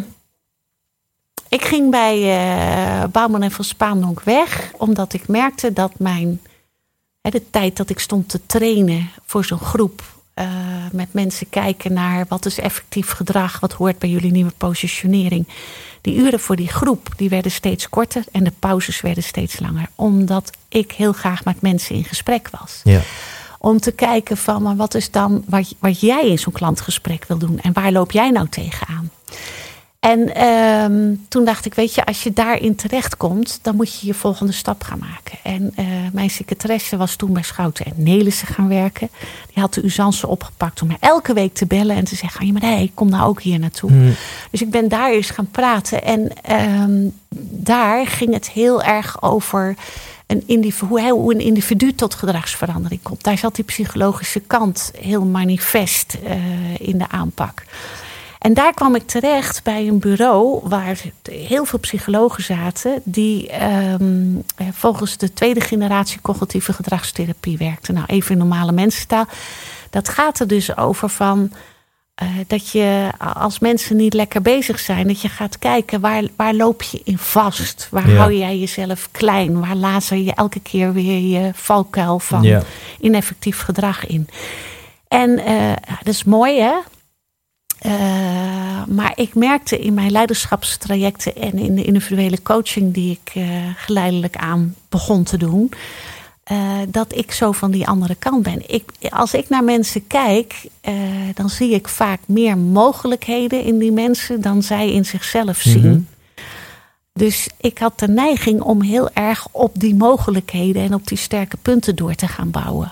ik ging bij uh, Bouwman en van Spaandonk weg, omdat ik merkte dat mijn hè, de tijd dat ik stond te trainen voor zo'n groep, uh, met mensen kijken naar wat is effectief gedrag, wat hoort bij jullie nieuwe positionering. Die uren voor die groep die werden steeds korter en de pauzes werden steeds langer, omdat ik heel graag met mensen in gesprek was.
Ja.
Om te kijken van, maar wat is dan wat, wat jij in zo'n klantgesprek wil doen? En waar loop jij nou tegenaan? En um, toen dacht ik, weet je, als je daarin terechtkomt, dan moet je je volgende stap gaan maken. En uh, mijn secretaresse was toen bij Schouten en Nelissen gaan werken. Die had de usance opgepakt om mij elke week te bellen en te zeggen, ja, maar nee, kom nou ook hier naartoe.
Hmm.
Dus ik ben daar eens gaan praten. En um, daar ging het heel erg over een individu, hoe, hoe een individu tot gedragsverandering komt. Daar zat die psychologische kant heel manifest uh, in de aanpak. En daar kwam ik terecht bij een bureau waar heel veel psychologen zaten die um, volgens de tweede generatie cognitieve gedragstherapie werkten. Nou, even in normale mensentaal. Dat gaat er dus over van uh, dat je als mensen niet lekker bezig zijn, dat je gaat kijken waar, waar loop je in vast? Waar
Ja.
hou jij jezelf klein? Waar lazer je elke keer weer je valkuil van
Ja.
ineffectief gedrag in? En uh, dat is mooi, hè? Uh, maar ik merkte in mijn leiderschapstrajecten en in de individuele coaching die ik uh, geleidelijk aan begon te doen, uh, dat ik zo van die andere kant ben. Ik, als ik naar mensen kijk, uh, dan zie ik vaak meer mogelijkheden in die mensen dan zij in zichzelf zien.
Mm-hmm.
Dus ik had de neiging om heel erg op die mogelijkheden en op die sterke punten door te gaan bouwen.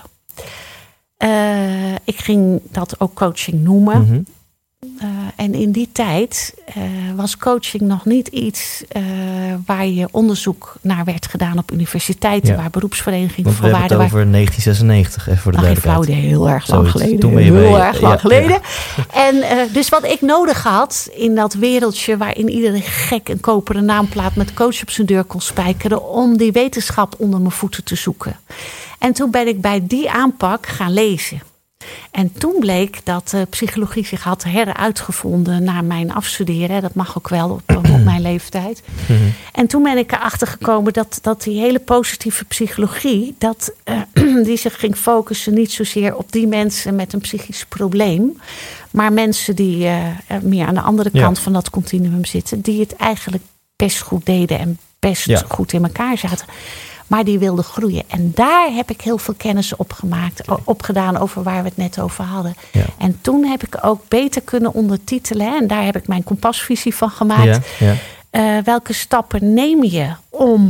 Uh, ik ging dat ook coaching noemen.
Mm-hmm.
Uh, en in die tijd uh, was coaching nog niet iets uh, waar je onderzoek naar werd gedaan op universiteiten,
Ja.
waar beroepsverenigingen
Want we
voor
hebben
waren.
het over negentien zesennegentig, even voor de
Ach, geen
duidelijkheid.
flauw idee, heel erg lang
Zoiets.
geleden.
Toen ben je
heel
bij-
erg lang
ja,
geleden.
ja.
En uh, dus wat ik nodig had in dat wereldje waarin iedere gek een koperen naamplaat met coach op zijn deur kon spijkeren, om die wetenschap onder mijn voeten te zoeken. En toen ben ik bij die aanpak gaan lezen. En toen bleek dat uh, psychologie zich had heruitgevonden na mijn afstuderen. Dat mag ook wel op, op mijn leeftijd.
Mm-hmm.
En toen ben ik erachter gekomen dat, dat die hele positieve psychologie, dat, uh, die zich ging focussen niet zozeer op die mensen met een psychisch probleem, maar mensen die uh, meer aan de andere
Ja.
kant van dat continuum zitten, die het eigenlijk best goed deden en best
Ja.
goed in elkaar zaten. Maar die wilden groeien. En daar heb ik heel veel kennis op gemaakt, o- opgedaan over waar we het net over hadden.
Ja.
En toen heb ik ook beter kunnen ondertitelen. Hè, en daar heb ik mijn kompasvisie van gemaakt.
Ja, ja.
Uh, welke stappen neem je om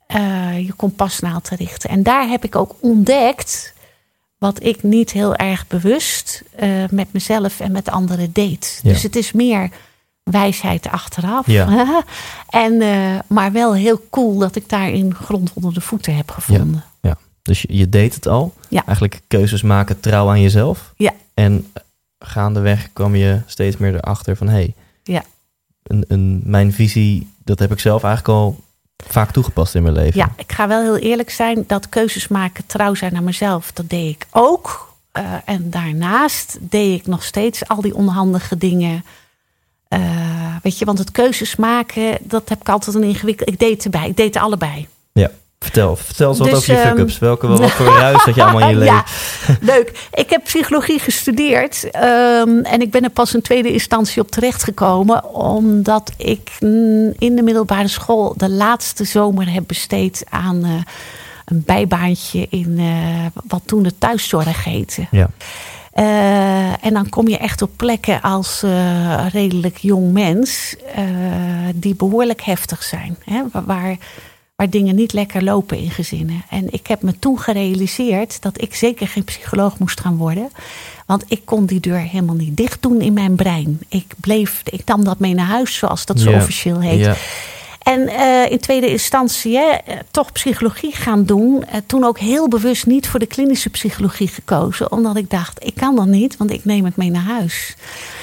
uh, je kompasnaald te richten. En daar heb ik ook ontdekt wat ik niet heel erg bewust uh, met mezelf en met anderen deed.
Ja.
Dus het is meer wijsheid achteraf.
Ja.
en, uh, maar wel heel cool dat ik daarin grond onder de voeten heb gevonden.
Ja, ja. Dus je, je deed het al.
Ja.
Eigenlijk keuzes maken trouw aan jezelf.
Ja.
En gaandeweg kwam je steeds meer erachter van... Hey,
ja.
een, een, mijn visie, dat heb ik zelf eigenlijk al vaak toegepast in mijn leven.
Ja, ik ga wel heel eerlijk zijn. Dat keuzes maken, trouw zijn aan mezelf, dat deed ik ook. Uh, en daarnaast deed ik nog steeds al die onhandige dingen. Uh, weet je, want het keuzes maken, dat heb ik altijd een ingewikkeld. Ik deed het erbij, ik deed het allebei.
Ja, vertel. Vertel eens wat
dus,
over je fuck-ups. Welke, wat voor ruis had je allemaal in je leven?
Ja, leuk. Ik heb psychologie gestudeerd. Um, en ik ben er pas in tweede instantie op terechtgekomen. Omdat ik in de middelbare school de laatste zomer heb besteed aan uh, een bijbaantje in uh, wat toen de thuiszorg heette.
Ja.
Uh, en dan kom je echt op plekken als uh, redelijk jong mens uh, die behoorlijk heftig zijn. Hè? Waar, waar dingen niet lekker lopen in gezinnen. En ik heb me toen gerealiseerd dat ik zeker geen psycholoog moest gaan worden. Want ik kon die deur helemaal niet dicht doen in mijn brein. Ik bleef, ik nam dat mee naar huis, zoals dat zo
ja.
officieel heet.
Ja.
En uh, in tweede instantie hè, toch psychologie gaan doen. Uh, toen ook heel bewust niet voor de klinische psychologie gekozen. Omdat ik dacht, ik kan dat niet, want ik neem het mee naar huis.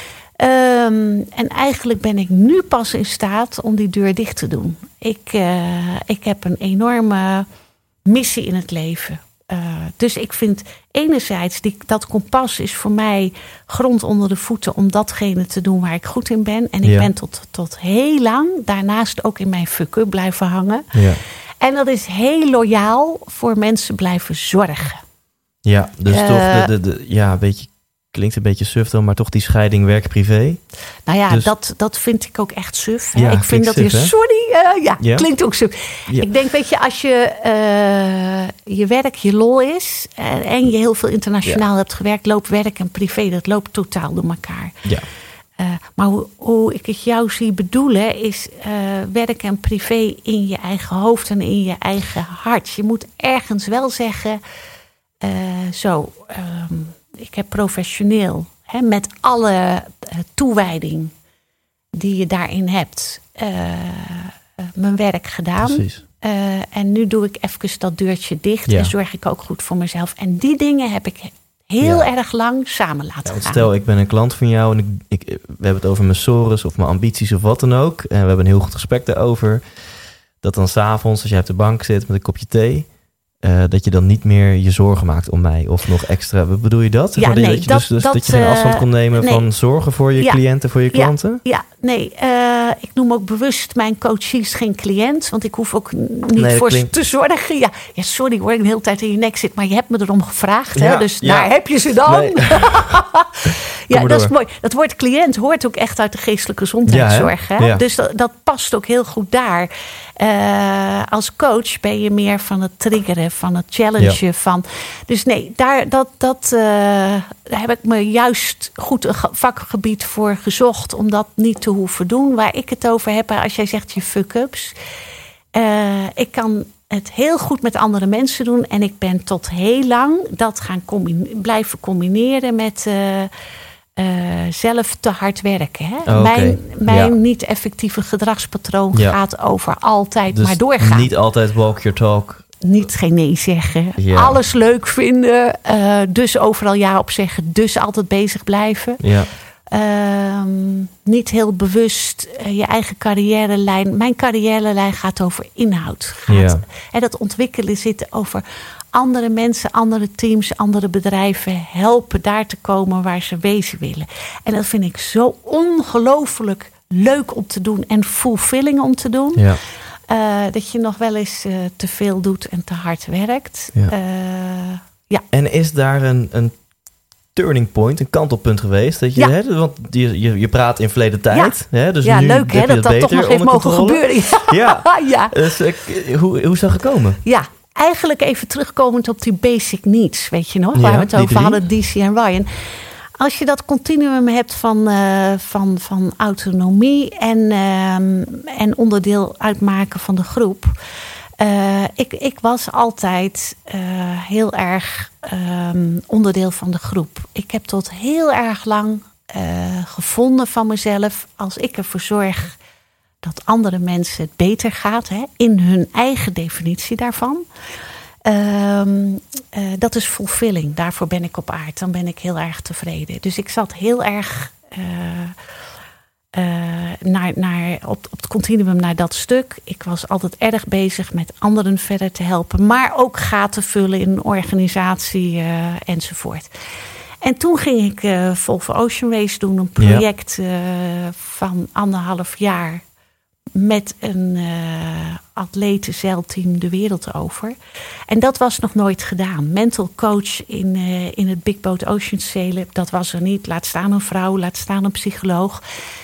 Um, en eigenlijk ben ik nu pas in staat om die deur dicht te doen. Ik, uh, ik heb een enorme missie in het leven. Uh, dus ik vind enerzijds, die, dat kompas is voor mij grond onder de voeten om datgene te doen waar ik goed in ben. En ik
ja.
ben tot, tot heel lang daarnaast ook in mijn fuck-up blijven hangen.
Ja.
En dat is heel loyaal voor mensen blijven zorgen.
Ja, dus
uh,
toch, de, de, de, ja, een beetje, klinkt een beetje suf dan, maar toch die scheiding werk-privé.
Nou ja,
dus,
dat, dat vind ik ook echt suf.
Ja,
ik vind dat
suf,
je, sorry, uh, ja,
ja,
klinkt ook suf.
Ja.
Ik denk, weet je, als je uh, je werk je lol is en, en je heel veel internationaal ja. hebt gewerkt, loopt werk en privé, dat loopt totaal door elkaar.
Ja.
Uh, maar hoe, hoe ik het jou zie bedoelen is uh, werk en privé in je eigen hoofd en in je eigen hart. Je moet ergens wel zeggen, uh, zo, um, ik heb professioneel, hè, met alle uh, toewijding die je daarin hebt, uh, uh, mijn werk gedaan.
Precies.
Uh, en nu doe ik even dat deurtje dicht
ja.
en zorg ik ook goed voor mezelf. En die dingen heb ik heel ja. erg lang samen laten
ja,
gaan.
Stel, ik ben een klant van jou en ik, ik, we hebben het over mijn sores of mijn ambities of wat dan ook. En we hebben een heel goed gesprek daarover. Dat dan 's avonds, als jij op de bank zit met een kopje thee, Uh, dat je dan niet meer je zorgen maakt om mij of nog extra. Wat bedoel je dat?
Ja,
dat,
nee,
je,
dat,
dus, dus
dat,
dat je geen afstand kon nemen
nee.
van zorgen voor je
ja.
cliënten, voor je klanten?
Ja, ja nee. Uh, ik noem ook bewust mijn coaches geen cliënt. Want ik hoef ook niet
nee,
voor
klinkt...
ze te zorgen. Ja, ja, sorry hoor, ik de hele tijd in je nek zit. Maar je hebt me erom gevraagd.
Ja,
hè, dus
ja.
daar heb je ze dan.
Nee.
ja, dat is mooi. Dat woord cliënt hoort ook echt uit de geestelijke gezondheidszorg.
Ja,
hè?
Ja.
Dus dat, dat past ook heel goed daar. Uh, als coach ben je meer van het triggeren, van het challengen. Ja. Van, dus nee, daar, dat, dat, uh, daar heb ik me juist goed een vakgebied voor gezocht om dat niet te hoeven doen. Waar ik het over heb, als jij zegt je fuck-ups. Uh, ik kan het heel goed met andere mensen doen. En ik ben tot heel lang dat gaan combine- blijven combineren met uh, uh, zelf te hard werken. Hè?
Oh, okay.
Mijn, mijn
ja.
niet effectieve gedragspatroon ja. gaat over altijd
dus
maar doorgaan.
Niet altijd walk your talk.
Niet geen nee zeggen.
Ja.
Alles leuk vinden. Uh, dus overal ja op zeggen. Dus altijd bezig blijven.
Ja.
Uh, niet heel bewust uh, je eigen carrièrelijn. Mijn carrièrelijn gaat over inhoud. Gaat,
ja.
En dat ontwikkelen zit over andere mensen, andere teams, andere bedrijven helpen daar te komen waar ze wezen willen. En dat vind ik zo ongelooflijk leuk om te doen en fulfilling om te doen.
Ja.
Uh, dat je nog wel eens uh, te veel doet en te hard werkt.
Ja.
Uh, ja.
En is daar een, een turning point, een kantelpunt geweest? Dat je,
ja.
hè, want je, je, je praat in verleden tijd. Ja, hè, dus
ja
nu
leuk hè, dat dat toch nog heeft mogen gebeuren.
Ja,
ja.
Dus, uh, hoe, hoe is dat gekomen?
Ja, eigenlijk even terugkomend op die basic needs, weet je nog?
Ja,
waar we het over
drie.
hadden, D C en Ryan. Als je dat continuum hebt van, uh, van, van autonomie en, uh, en onderdeel uitmaken van de groep. Uh, ik, ik was altijd uh, heel erg um, onderdeel van de groep. Ik heb tot heel erg lang uh, gevonden van mezelf, als ik ervoor zorg dat andere mensen het beter gaat, hè, in hun eigen definitie daarvan. Um, uh, dat is fulfilling. Daarvoor ben ik op aard. Dan ben ik heel erg tevreden. Dus ik zat heel erg uh, uh, naar, naar, op, op het continuum naar dat stuk. Ik was altijd erg bezig met anderen verder te helpen. Maar ook gaten vullen in een organisatie uh, enzovoort. En toen ging ik uh, Volvo Ocean Race doen. Een project uh, van anderhalf jaar. Met een uh, atleten-zeilteam de wereld over. En dat was nog nooit gedaan. Mental coach in, uh, in het Big Boat Ocean zeilen, dat was er niet. Laat staan een vrouw, laat staan een psycholoog.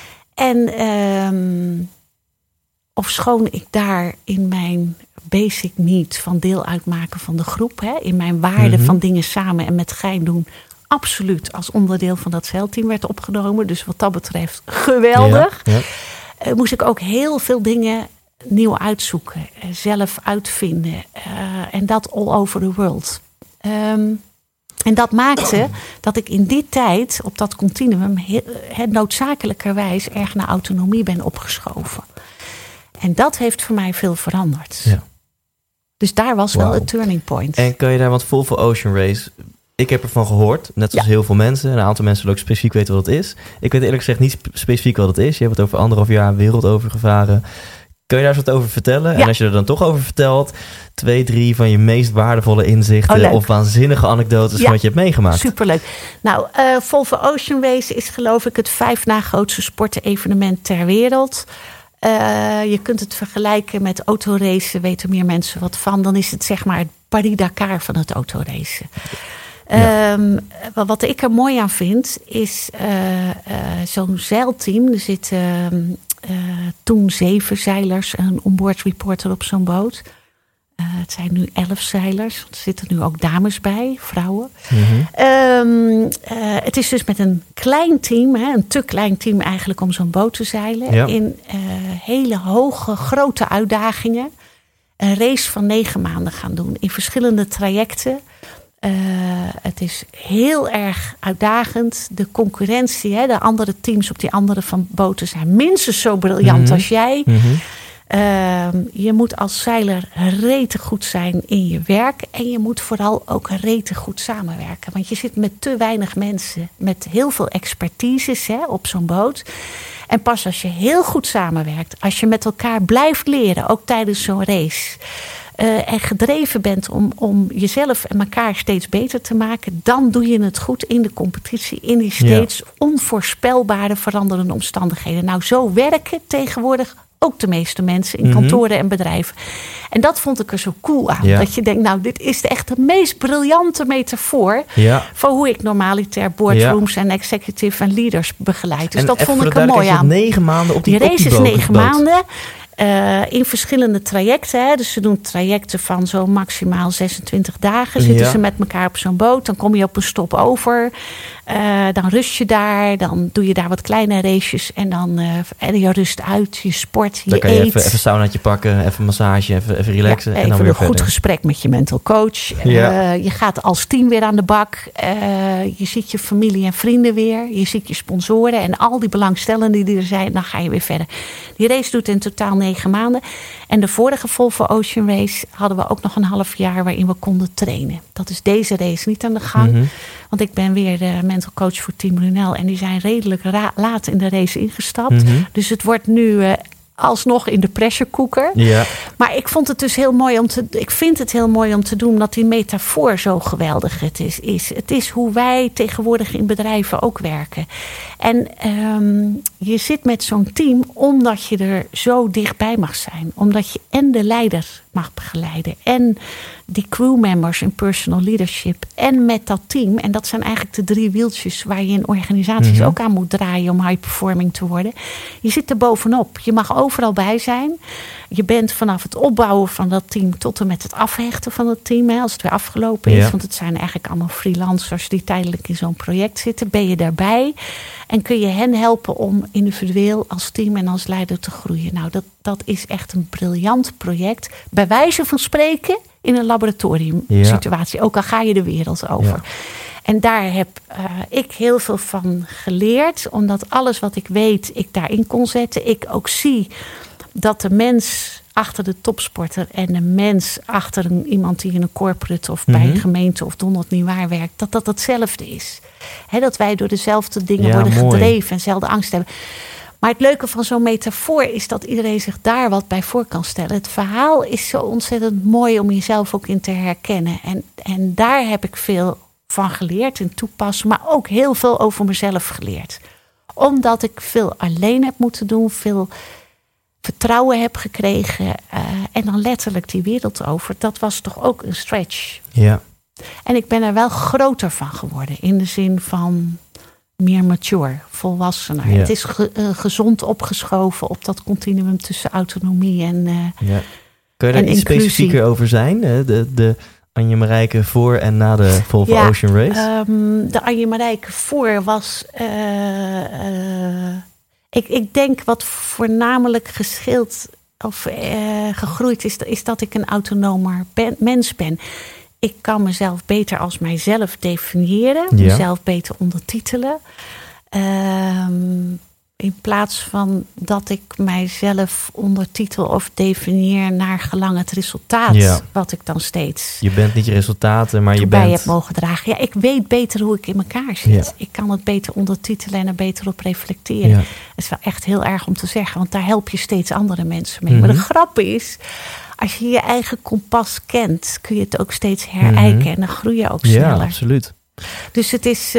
En um, ofschoon ik daar in mijn basic need van deel uitmaken van de groep, hè, in mijn waarde mm-hmm. van dingen samen en met gein doen, absoluut als onderdeel van dat zeilteam werd opgenomen. Dus wat dat betreft geweldig. Ja, ja. Uh, moest ik ook heel veel dingen nieuw uitzoeken. Uh, zelf uitvinden. Uh, en dat all over the world. Um, en dat maakte dat ik in die tijd op dat continuum he, noodzakelijkerwijs erg naar autonomie ben opgeschoven. En dat heeft voor mij veel veranderd. Ja. Dus daar was wow. wel een turning point.
En kan je daar, want Volvo Ocean Race, ik heb ervan gehoord, net zoals ja. heel veel mensen. Een aantal mensen willen ook specifiek weten wat het is. Ik weet eerlijk gezegd niet specifiek wat het is. Je hebt het over anderhalf jaar wereld overgevaren. Kun je daar eens wat over vertellen? Ja. En als je er dan toch over vertelt, twee, drie van je meest waardevolle inzichten oh, of waanzinnige anekdotes ja. van wat je hebt meegemaakt.
Superleuk. Nou, uh, Volvo Ocean Race is geloof ik het vijf na grootste sportevenement ter wereld. Uh, je kunt het vergelijken met autoracen, weten meer mensen wat van. Dan is het zeg maar het Paris-Dakar van het autoracen. Ja. Um, wat ik er mooi aan vind, is uh, uh, zo'n zeilteam. Er zitten uh, toen zeven zeilers en een onboard reporter op zo'n boot. Uh, het zijn nu elf zeilers. Er zitten nu ook dames bij, vrouwen. Mm-hmm. Um, uh, het is dus met een klein team, hè, een te klein team eigenlijk om zo'n boot te zeilen. Ja. In uh, hele hoge, grote uitdagingen. Een race van negen maanden gaan doen in verschillende trajecten. Uh, het is heel erg uitdagend. De concurrentie, hè, de andere teams op die andere van boten zijn minstens zo briljant mm-hmm. als jij. Mm-hmm. Uh, je moet als zeiler rete goed zijn in je werk. En je moet vooral ook rete goed samenwerken. Want je zit met te weinig mensen, met heel veel expertises hè, op zo'n boot. En pas als je heel goed samenwerkt, als je met elkaar blijft leren, ook tijdens zo'n race, Uh, en gedreven bent om, om jezelf en elkaar steeds beter te maken, dan doe je het goed in de competitie, in die steeds ja. onvoorspelbare veranderende omstandigheden. Nou, zo werken tegenwoordig ook de meeste mensen in mm-hmm. kantoren en bedrijven. En dat vond ik er zo cool aan. Ja. Dat je denkt, nou, dit is echt de meest briljante metafoor ja. voor hoe ik normaliter boardrooms ja. en executive en leaders begeleid. Dus
en
dat vond ik er mooi aan.
Negen maanden op die,
die race
op die
is negen maanden. Uh, in verschillende trajecten. Hè. Dus ze doen trajecten van zo maximaal zesentwintig dagen. Zitten ja. ze met elkaar op zo'n boot. Dan kom je op een stop over. Uh, dan rust je daar. Dan doe je daar wat kleine races. En dan uh, en je rust uit. Je sport, je
dan kan
eet.
je even, even saunaatje pakken. Even massage. Even, even relaxen. Ja,
even
en dan weer
een
verder.
goed gesprek met je mental coach. Ja. Uh, je gaat als team weer aan de bak. Uh, je ziet je familie en vrienden weer. Je ziet je sponsoren. En al die belangstellenden die er zijn. Dan ga je weer verder. Die race doet in totaal negen maanden. En de vorige Volvo Ocean Race hadden we ook nog een half jaar waarin we konden trainen. Dat is deze race niet aan de gang. Mm-hmm. Want ik ben weer de mental coach voor Team Brunel. En die zijn redelijk ra- laat in de race ingestapt. Mm-hmm. Dus het wordt nu uh, alsnog in de pressure cooker. Ja. Maar ik vond het dus heel mooi om te. Ik vind het heel mooi om te doen omdat die metafoor zo geweldig het is. is. Het is hoe wij tegenwoordig in bedrijven ook werken. En um, je zit met zo'n team omdat je er zo dichtbij mag zijn. Omdat je en de leider mag begeleiden. En die crewmembers in personal leadership. En met dat team. En dat zijn eigenlijk de drie wieltjes waar je in organisaties mm-hmm. ook aan moet draaien om high performing te worden. Je zit er bovenop. Je mag overal bij zijn. Je bent vanaf het opbouwen van dat team tot en met het afhechten van het team. Hè, als het weer afgelopen is. Ja. Want het zijn eigenlijk allemaal freelancers die tijdelijk in zo'n project zitten. Ben je daarbij. En kun je hen helpen om individueel als team en als leider te groeien. Nou, dat, dat is echt een briljant project. Bij bij wijze van spreken in een laboratoriumsituatie. Ja. Ook al ga je de wereld over. Ja. En daar heb uh, ik heel veel van geleerd. Omdat alles wat ik weet, ik daarin kon zetten. Ik ook zie dat de mens achter de topsporter en de mens achter een, iemand die in een corporate of bij mm-hmm. een gemeente of Donald Nieuwaar werkt, dat dat hetzelfde is. He, dat wij door dezelfde dingen ja, worden mooi. gedreven en dezelfde angst hebben. Maar het leuke van zo'n metafoor is dat iedereen zich daar wat bij voor kan stellen. Het verhaal is zo ontzettend mooi om jezelf ook in te herkennen. En, en daar heb ik veel van geleerd en toepassen, maar ook heel veel over mezelf geleerd. Omdat ik veel alleen heb moeten doen, veel vertrouwen heb gekregen uh, en dan letterlijk die wereld over. Dat was toch ook een stretch.
Ja.
En ik ben er wel groter van geworden. In de zin van meer mature, volwassener. Ja. Het is ge, uh, gezond opgeschoven op dat continuum tussen autonomie en uh,
ja. Kun je daar iets inclusie. specifieker over zijn? De, de Anje Marijke voor en na de Volvo ja, Ocean Race?
Um, de Anje Marijke voor was Uh, uh, Ik, ik denk wat voornamelijk geschild of uh, gegroeid is, is dat ik een autonomer ben, mens ben. Ik kan mezelf beter als mijzelf definiëren, ja. mezelf beter ondertitelen. Um, in plaats van dat ik mijzelf ondertitel of definieer naar gelang het resultaat, ja. wat ik dan steeds.
Je bent niet je resultaten, maar je bent.
heb mogen dragen. Ja, ik weet beter hoe ik in elkaar zit. Ja. Ik kan het beter ondertitelen en er beter op reflecteren. Ja. Het is wel echt heel erg om te zeggen, want daar help je steeds andere mensen mee. Mm-hmm. Maar de grap is, als je je eigen kompas kent, kun je het ook steeds herijken mm-hmm. en dan groei je ook sneller.
Ja, absoluut.
Dus het is, uh,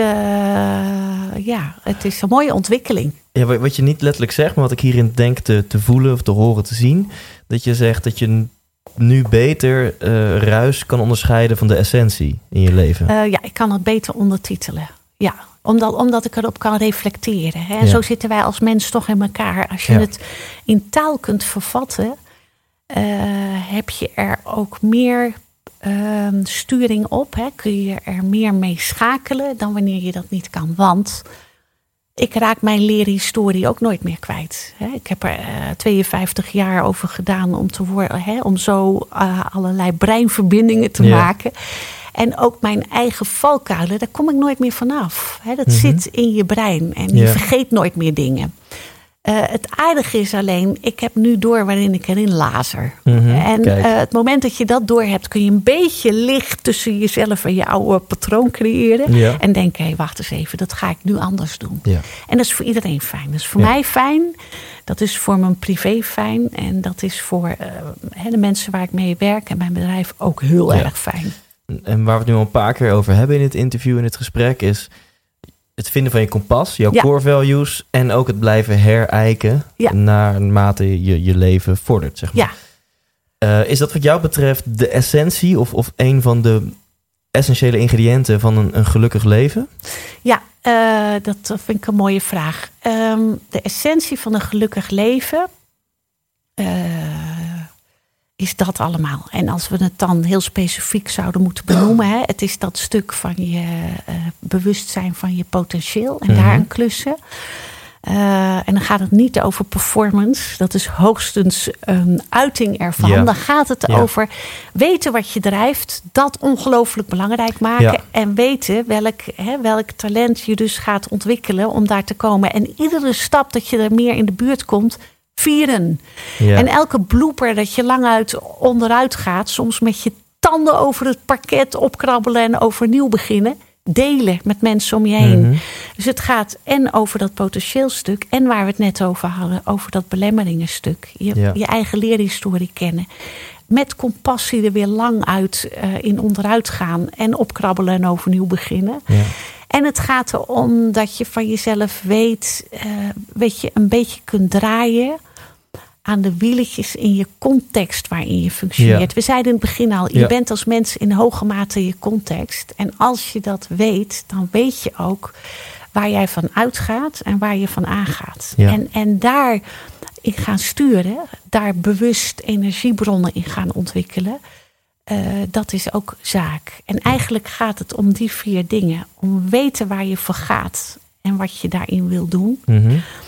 ja, het is een mooie ontwikkeling.
Ja, wat je niet letterlijk zegt, maar wat ik hierin denk te, te voelen of te horen, te zien. Dat je zegt dat je nu beter uh, ruis kan onderscheiden van de essentie in je leven.
Uh, ja, ik kan het beter ondertitelen. Ja, omdat, omdat ik erop kan reflecteren. Hè. Ja. Zo zitten wij als mens toch in elkaar. Als je ja. het in taal kunt vervatten, uh, heb je er ook meer uh, sturing op. Hè. Kun je er meer mee schakelen dan wanneer je dat niet kan. Want ik raak mijn leerhistorie ook nooit meer kwijt. Ik heb er tweeënvijftig jaar over gedaan om te worden, om zo uh, allerlei breinverbindingen te ja. maken. En ook mijn eigen valkuilen, daar kom ik nooit meer vanaf. Dat mm-hmm. zit in je brein en je ja. vergeet nooit meer dingen. Uh, het aardige is alleen, ik heb nu door waarin ik erin lazer. Mm-hmm. En uh, het moment dat je dat door hebt, kun je een beetje licht tussen jezelf en je oude patroon creëren. Ja. En denken, hé, hey, wacht eens even, dat ga ik nu anders doen. Ja. En dat is voor iedereen fijn. Dat is voor ja. mij fijn, dat is voor mijn privé fijn. En dat is voor uh, de mensen waar ik mee werk en mijn bedrijf ook heel ja. erg fijn.
En waar we het nu al een paar keer over hebben in het interview, in het gesprek, is het vinden van je kompas, jouw ja. core values en ook het blijven herijken ja. naarmate je je leven vordert, zeg maar. Ja. Uh, is dat wat jou betreft de essentie of, of een van de essentiële ingrediënten van een, een gelukkig leven?
Ja, uh, dat vind ik een mooie vraag. Um, de essentie van een gelukkig leven Uh, is dat allemaal. En als we het dan heel specifiek zouden moeten benoemen, hè, het is dat stuk van je uh, bewustzijn van je potentieel en mm-hmm. daar aan klussen. Uh, en dan gaat het niet over performance. Dat is hoogstens een uiting ervan. Ja. Dan gaat het ja. over weten wat je drijft. Dat ongelooflijk belangrijk maken. Ja. En weten welk, hè, welk talent je dus gaat ontwikkelen om daar te komen. En iedere stap dat je er meer in de buurt komt, vieren. Ja. En elke blooper dat je lang uit onderuit gaat, soms met je tanden over het parket opkrabbelen en overnieuw beginnen, delen met mensen om je heen. Mm-hmm. Dus het gaat en over dat potentieelstuk en waar we het net over hadden, over dat belemmeringenstuk. Je, ja. je eigen leerhistorie kennen. Met compassie er weer lang uit uh, in onderuit gaan en opkrabbelen en overnieuw beginnen. Ja. En het gaat erom dat je van jezelf weet, uh, weet je, een beetje kunt draaien aan de wieletjes in je context waarin je functioneert. Ja. We zeiden in het begin al, je ja. bent als mens in hoge mate je context. En als je dat weet, dan weet je ook waar jij van uitgaat en waar je van aangaat. Ja. En, en daar in gaan sturen, daar bewust energiebronnen in gaan ontwikkelen. Uh, dat is ook zaak. En eigenlijk gaat het om die vier dingen. Om weten waar je voor gaat en wat je daarin wil doen. Mm-hmm.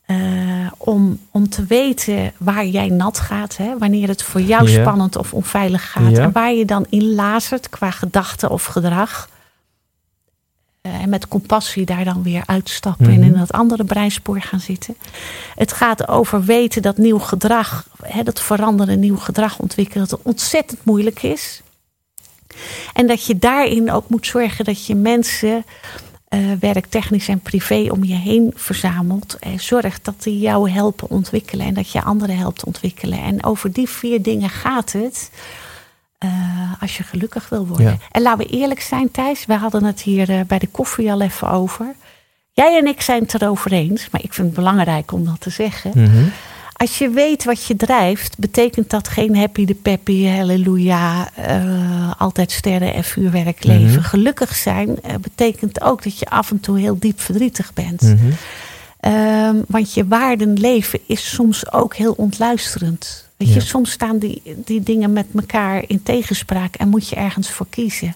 Uh, om, om te weten waar jij nat gaat. Hè? Wanneer het voor jou
Ja.
spannend of onveilig gaat.
Ja.
En waar je dan in lazert qua gedachte of gedrag. Uh, en met compassie daar dan weer uitstappen.
Mm-hmm.
En in dat andere breinspoor gaan zitten. Het gaat over weten dat nieuw gedrag. Hè, dat veranderen nieuw gedrag ontwikkelen. Dat het ontzettend moeilijk is. En dat je daarin ook moet zorgen dat je mensen... Uh, werktechnisch en privé om je heen verzamelt. En zorgt dat die jou helpen ontwikkelen. En dat je anderen helpt ontwikkelen. En over die vier dingen gaat het. Uh, als je gelukkig wil worden.
Ja.
En laten we eerlijk zijn, Thijs. We hadden het hier uh, bij de koffie al even over. Jij en ik zijn het erover eens. Maar ik vind het belangrijk om dat te zeggen.
Mm-hmm.
Als je weet wat je drijft, betekent dat geen happy de peppy, halleluja, uh, altijd sterren en vuurwerk leven.
Mm-hmm.
Gelukkig zijn uh, betekent ook dat je af en toe heel diep verdrietig bent.
Mm-hmm.
Um, want je waarden leven is soms ook heel ontluisterend. Weet
Ja.
je, soms staan die, die dingen met elkaar in tegenspraak en moet je ergens voor kiezen.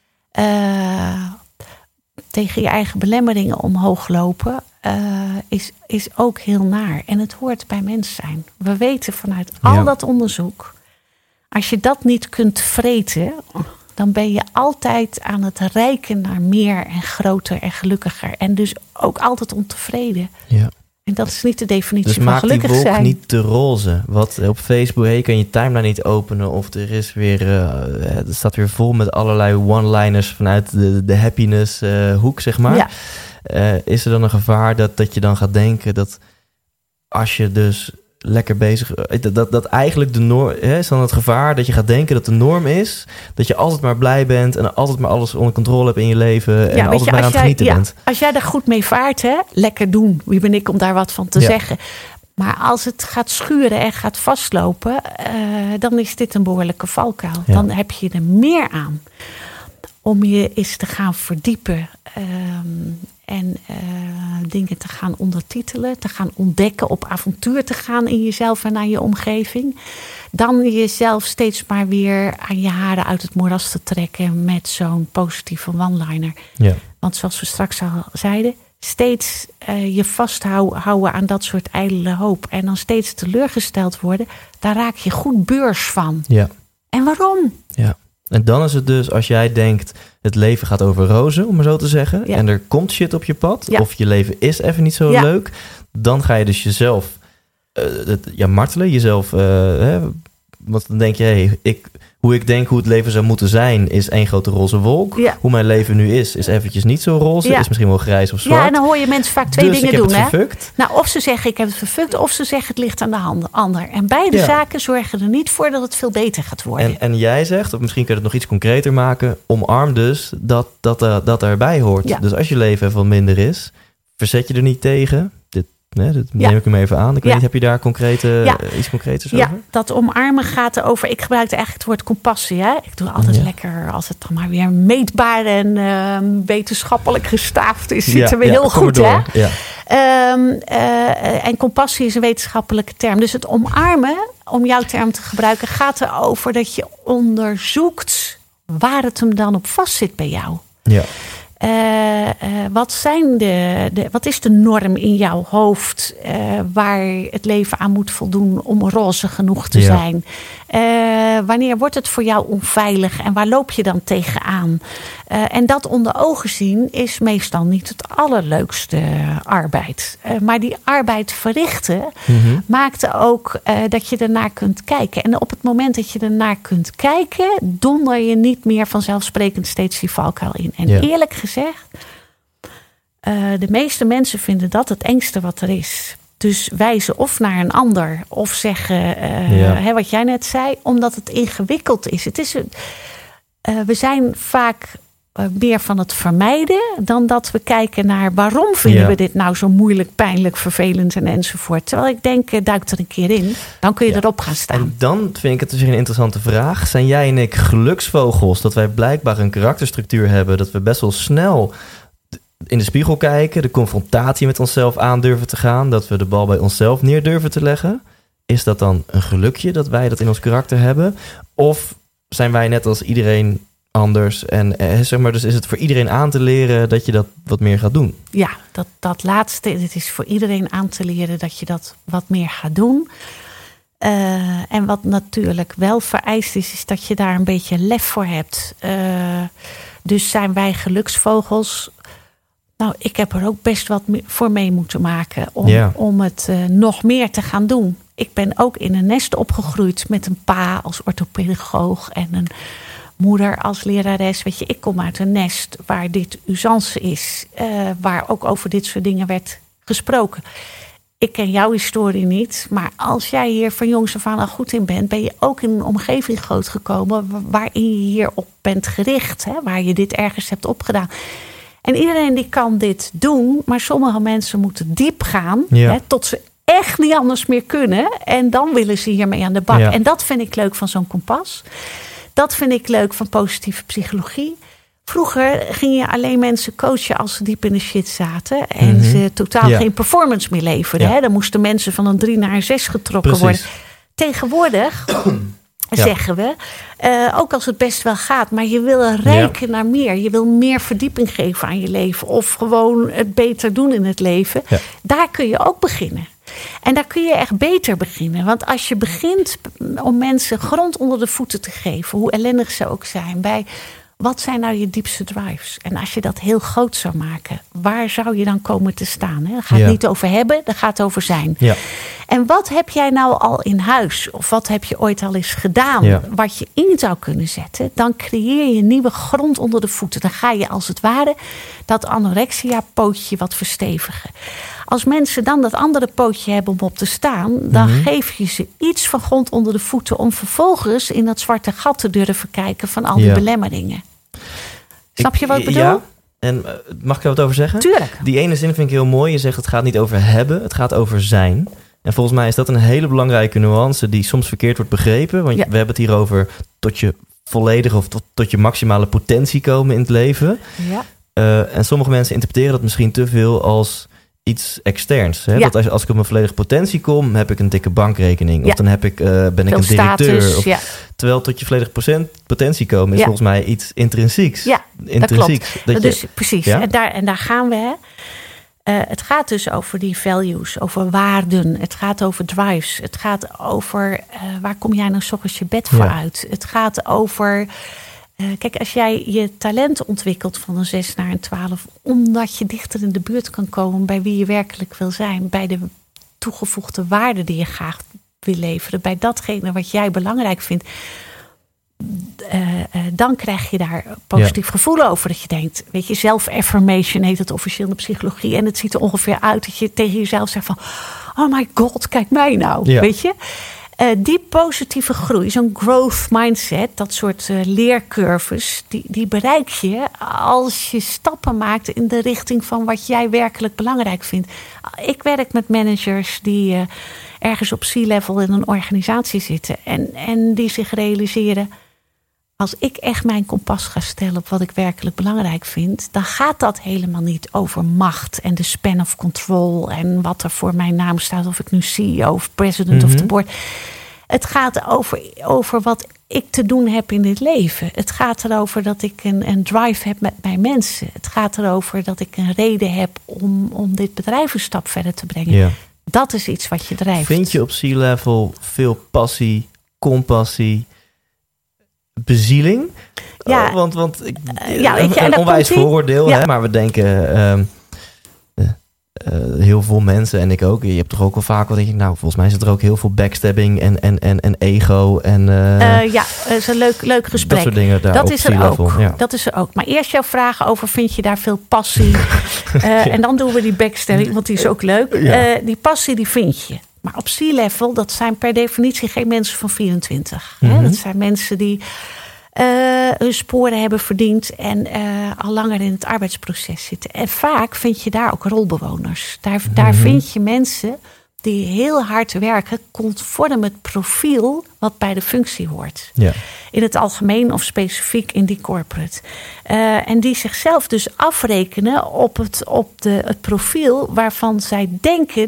Uh, tegen je eigen belemmeringen omhoog lopen uh, is, is ook heel naar. En het hoort bij mens zijn. We weten vanuit al
Ja.
dat onderzoek, als je dat niet kunt vreten, dan ben je altijd aan het reiken naar meer en groter en gelukkiger. En dus ook altijd ontevreden.
Ja.
En dat is niet de definitie
Dus
van
maak die
gelukkig
wolk
zijn.
niet te roze. Wat op Facebook, hey, kan je timeline niet openen. Of er is weer, uh, er staat weer vol met allerlei one-liners vanuit de, de happiness uh, hoek, zeg maar.
Ja.
Uh, is er dan een gevaar dat, dat je dan gaat denken dat als je dus lekker bezig... Dat, dat, dat eigenlijk de norm... Hè, is dan het gevaar dat je gaat denken dat de norm is... dat je altijd maar blij bent en altijd maar alles onder controle hebt in je leven... en
Ja, weet
altijd
je,
maar aan
als
het genieten
jij, ja,
bent.
als jij er goed mee vaart, hè, lekker doen. Wie ben ik om daar wat van te
Ja.
zeggen? Maar als het gaat schuren en gaat vastlopen... Uh, dan is dit een behoorlijke valkuil.
Ja.
Dan heb je er meer aan om je eens te gaan verdiepen... Um, en uh, dingen te gaan ondertitelen, te gaan ontdekken... op avontuur te gaan in jezelf en aan je omgeving... dan jezelf steeds maar weer aan je haren uit het moeras te trekken... met zo'n positieve one-liner.
Ja.
Want zoals we straks al zeiden... steeds uh, je vasthouden aan dat soort ijdele hoop... en dan steeds teleurgesteld worden... daar raak je goed beurs van.
Ja.
En waarom?
Ja. En dan is het dus, als jij denkt... het leven gaat over rozen, om maar zo te zeggen...
Ja.
en er komt shit op je pad...
Ja.
of je leven is even niet zo
Ja.
leuk... dan ga je dus jezelf uh, het, ja, martelen. Jezelf, uh, hè, want dan denk je... Hey, ik, hoe ik denk hoe het leven zou moeten zijn... is één grote roze wolk.
Ja.
Hoe mijn leven nu is, is eventjes niet zo roze.
Ja.
Is misschien wel grijs of zwart.
Ja, en dan hoor je mensen vaak twee
dus
dingen
ik heb
doen.
het
hè?
verfukt.
Nou, of ze zeggen ik heb het verfukt... of ze zeggen het ligt aan de hand, ander. En beide
Ja.
zaken zorgen er niet voor dat het veel beter gaat worden.
En, en jij zegt, of misschien kun je het nog iets concreter maken... omarm dus dat dat, uh, dat erbij hoort.
Ja.
Dus als je leven even wat minder is... verzet je er niet tegen... Dit, nee, dit
Ja.
neem ik hem even aan. Ik weet
Ja.
niet, heb je daar concrete,
Ja.
uh, iets concreters
Ja,
over?
dat omarmen gaat erover... Ik gebruik eigenlijk het woord compassie. Hè? Ik doe altijd
Ja.
lekker als het dan maar weer meetbaar... en uh, wetenschappelijk gestaafd is. Zitten we
ja,
heel
kom
goed,
maar
hè?
door. Ja.
Um, uh, en compassie is een wetenschappelijke term. Dus het omarmen, om jouw term te gebruiken... gaat erover dat je onderzoekt... waar het hem dan op vastzit bij jou.
Ja.
Uh, uh, wat, zijn de, de, wat is de norm in jouw hoofd uh, waar het leven aan moet voldoen om roze genoeg te
Ja.
zijn? Uh, wanneer wordt het voor jou onveilig en waar loop je dan tegenaan? Uh, en dat onder ogen zien is meestal niet het allerleukste arbeid. Uh, maar die arbeid verrichten
Mm-hmm.
maakte ook uh, dat je ernaar kunt kijken. En op het moment dat je ernaar kunt kijken, donder je niet meer vanzelfsprekend steeds die valkuil in. En
Ja.
eerlijk gezegd, uh, de meeste mensen vinden dat het engste wat er is. Dus wijzen of naar een ander of zeggen uh,
Ja.
hè, wat jij net zei, omdat het ingewikkeld is. Het is uh, we zijn vaak uh, meer van het vermijden dan dat we kijken naar waarom vinden
Ja.
we dit nou zo moeilijk, pijnlijk, vervelend en enzovoort. Terwijl ik denk, uh, duik er een keer in, dan kun je
Ja.
erop gaan staan.
En dan vind ik het dus een interessante vraag. Zijn jij en ik geluksvogels? Dat wij blijkbaar een karakterstructuur hebben... dat we best wel snel in de spiegel kijken... de confrontatie met onszelf aan durven te gaan... dat we de bal bij onszelf neer durven te leggen? Is dat dan een gelukje dat wij dat in ons karakter hebben? Of zijn wij net als iedereen anders. En eh, zeg maar, dus is het voor iedereen aan te leren dat je dat wat meer gaat doen?
Ja, dat, dat laatste. Het is voor iedereen aan te leren dat je dat wat meer gaat doen. Uh, en wat natuurlijk wel vereist is, is dat je daar een beetje lef voor hebt. Uh, dus zijn wij geluksvogels? Nou, ik heb er ook best wat voor mee moeten maken om, ja. om het uh, nog meer te gaan doen. Ik ben ook in een nest opgegroeid met een pa als orthopedagoog en een moeder als lerares. Weet je, ik kom uit een nest waar dit usance is, uh, waar ook over dit soort dingen werd gesproken. Ik ken jouw historie niet, maar als jij hier van jongs af aan al goed in bent, ben je ook in een omgeving grootgekomen waarin je hierop bent gericht, hè, waar je dit ergens hebt opgedaan. En iedereen die kan dit doen, maar sommige mensen moeten diep gaan, ja. hè, tot ze echt niet anders meer kunnen. En dan willen ze hiermee aan de bak. Ja. En dat vind ik leuk van zo'n kompas. Dat vind ik leuk van positieve psychologie. Vroeger ging je alleen mensen coachen als ze diep in de shit zaten. En mm-hmm. ze totaal ja. geen performance meer leverden. Ja. Hè? Dan moesten mensen van een drie naar een zes getrokken Precies. worden. Tegenwoordig ja. zeggen we, uh, ook als het best wel gaat, maar je wil rijken ja. naar meer. Je wil meer verdieping geven aan je leven. Of gewoon het beter doen in het leven. Ja. Daar kun je ook beginnen. En daar kun je echt beter beginnen. Want als je begint om mensen grond onder de voeten te geven, hoe ellendig ze ook zijn, bij wat zijn nou je diepste drives? En als je dat heel groot zou maken, waar zou je dan komen te staan? Het gaat ja. niet over hebben, dat gaat over zijn. Ja. En wat heb jij nou al in huis? Of wat heb je ooit al eens gedaan? Ja. Wat je in zou kunnen zetten? Dan creëer je nieuwe grond onder de voeten. Dan ga je als het ware dat anorexia-pootje wat verstevigen. Als mensen dan dat andere pootje hebben om op te staan, dan mm-hmm. geef je ze iets van grond onder de voeten om vervolgens in dat zwarte gat te durven kijken van al die ja. belemmeringen. Snap je wat ik bedoel?
Ja, en mag ik er wat over zeggen?
Tuurlijk.
Die ene zin vind ik heel mooi. Je zegt het gaat niet over hebben, het gaat over zijn. En volgens mij is dat een hele belangrijke nuance die soms verkeerd wordt begrepen. Want ja. we hebben het hier over tot je volledige of tot, tot je maximale potentie komen in het leven. Ja. Uh, en sommige mensen interpreteren dat misschien te veel als iets externs. Hè? Ja. Dat als, als ik op mijn volledige potentie kom, heb ik een dikke bankrekening. Ja. Of dan heb ik, uh, ben ik Veel een directeur.
Status,
of,
ja.
Terwijl tot je volledige potentie komen is
ja.
volgens mij iets intrinsieks.
Ja,
intrinsieks.
dat klopt. Dat dus, je, precies.
Ja?
En, daar, en daar gaan we. Hè. Uh, het gaat dus over die values, over waarden. Het gaat over drives. Het gaat over uh, waar kom jij nou 's ochtends je bed voor ja. uit. Het gaat over Uh, kijk, als jij je talent ontwikkelt van een zes naar een twaalf, omdat je dichter in de buurt kan komen bij wie je werkelijk wil zijn, bij de toegevoegde waarde die je graag wil leveren, bij datgene wat jij belangrijk vindt, uh, uh, dan krijg je daar positief ja. gevoel over. Dat je denkt, weet je, self-affirmation heet het officieel in de psychologie. En het ziet er ongeveer uit dat je tegen jezelf zegt van, oh my god, kijk mij nou, ja. weet je. Uh, die positieve groei, zo'n growth mindset, dat soort uh, leercurves, die, die bereik je als je stappen maakt in de richting van wat jij werkelijk belangrijk vindt. Ik werk met managers die uh, ergens op C-level in een organisatie zitten en, en die zich realiseren, als ik echt mijn kompas ga stellen op wat ik werkelijk belangrijk vind, dan gaat dat helemaal niet over macht en de span of control en wat er voor mijn naam staat, of ik nu C E O of president mm-hmm. of the board. Het gaat over, over wat ik te doen heb in dit leven. Het gaat erover dat ik een, een drive heb met mijn mensen. Het gaat erover dat ik een reden heb om, om dit bedrijf een stap verder te brengen. Ja. Dat is iets wat je drijft.
Vind je op C-level veel passie, compassie, bezieling?
Ja,
uh, want, want ik,
uh, ja, weet je,
een onwijs vooroordeel, ja. hè, maar we denken um, uh, uh, heel veel mensen en ik ook. Je hebt toch ook wel vaak wat denk ik, nou, volgens mij zit er ook heel veel backstabbing en, en, en, en ego en uh,
uh, ja, dat is een leuk, leuk gesprek.
Dat soort dingen daar
dat
op
is er
C-level.
ook.
Ja.
Dat is er ook. Maar eerst jouw vragen over, vind je daar veel passie? uh, ja. En dan doen we die backstabbing, want die is ook leuk. Ja. Uh, die passie, die vind je. Maar op C-level, dat zijn per definitie geen mensen van vierentwintig. Mm-hmm. Hè? Dat zijn mensen die uh, hun sporen hebben verdiend en uh, al langer in het arbeidsproces zitten. En vaak vind je daar ook rolbewoners. Daar, mm-hmm. daar vind je mensen die heel hard werken conform het profiel wat bij de functie hoort. Ja. In het algemeen of specifiek in die corporate. Uh, en die zichzelf dus afrekenen op, het, op de, het profiel waarvan zij denken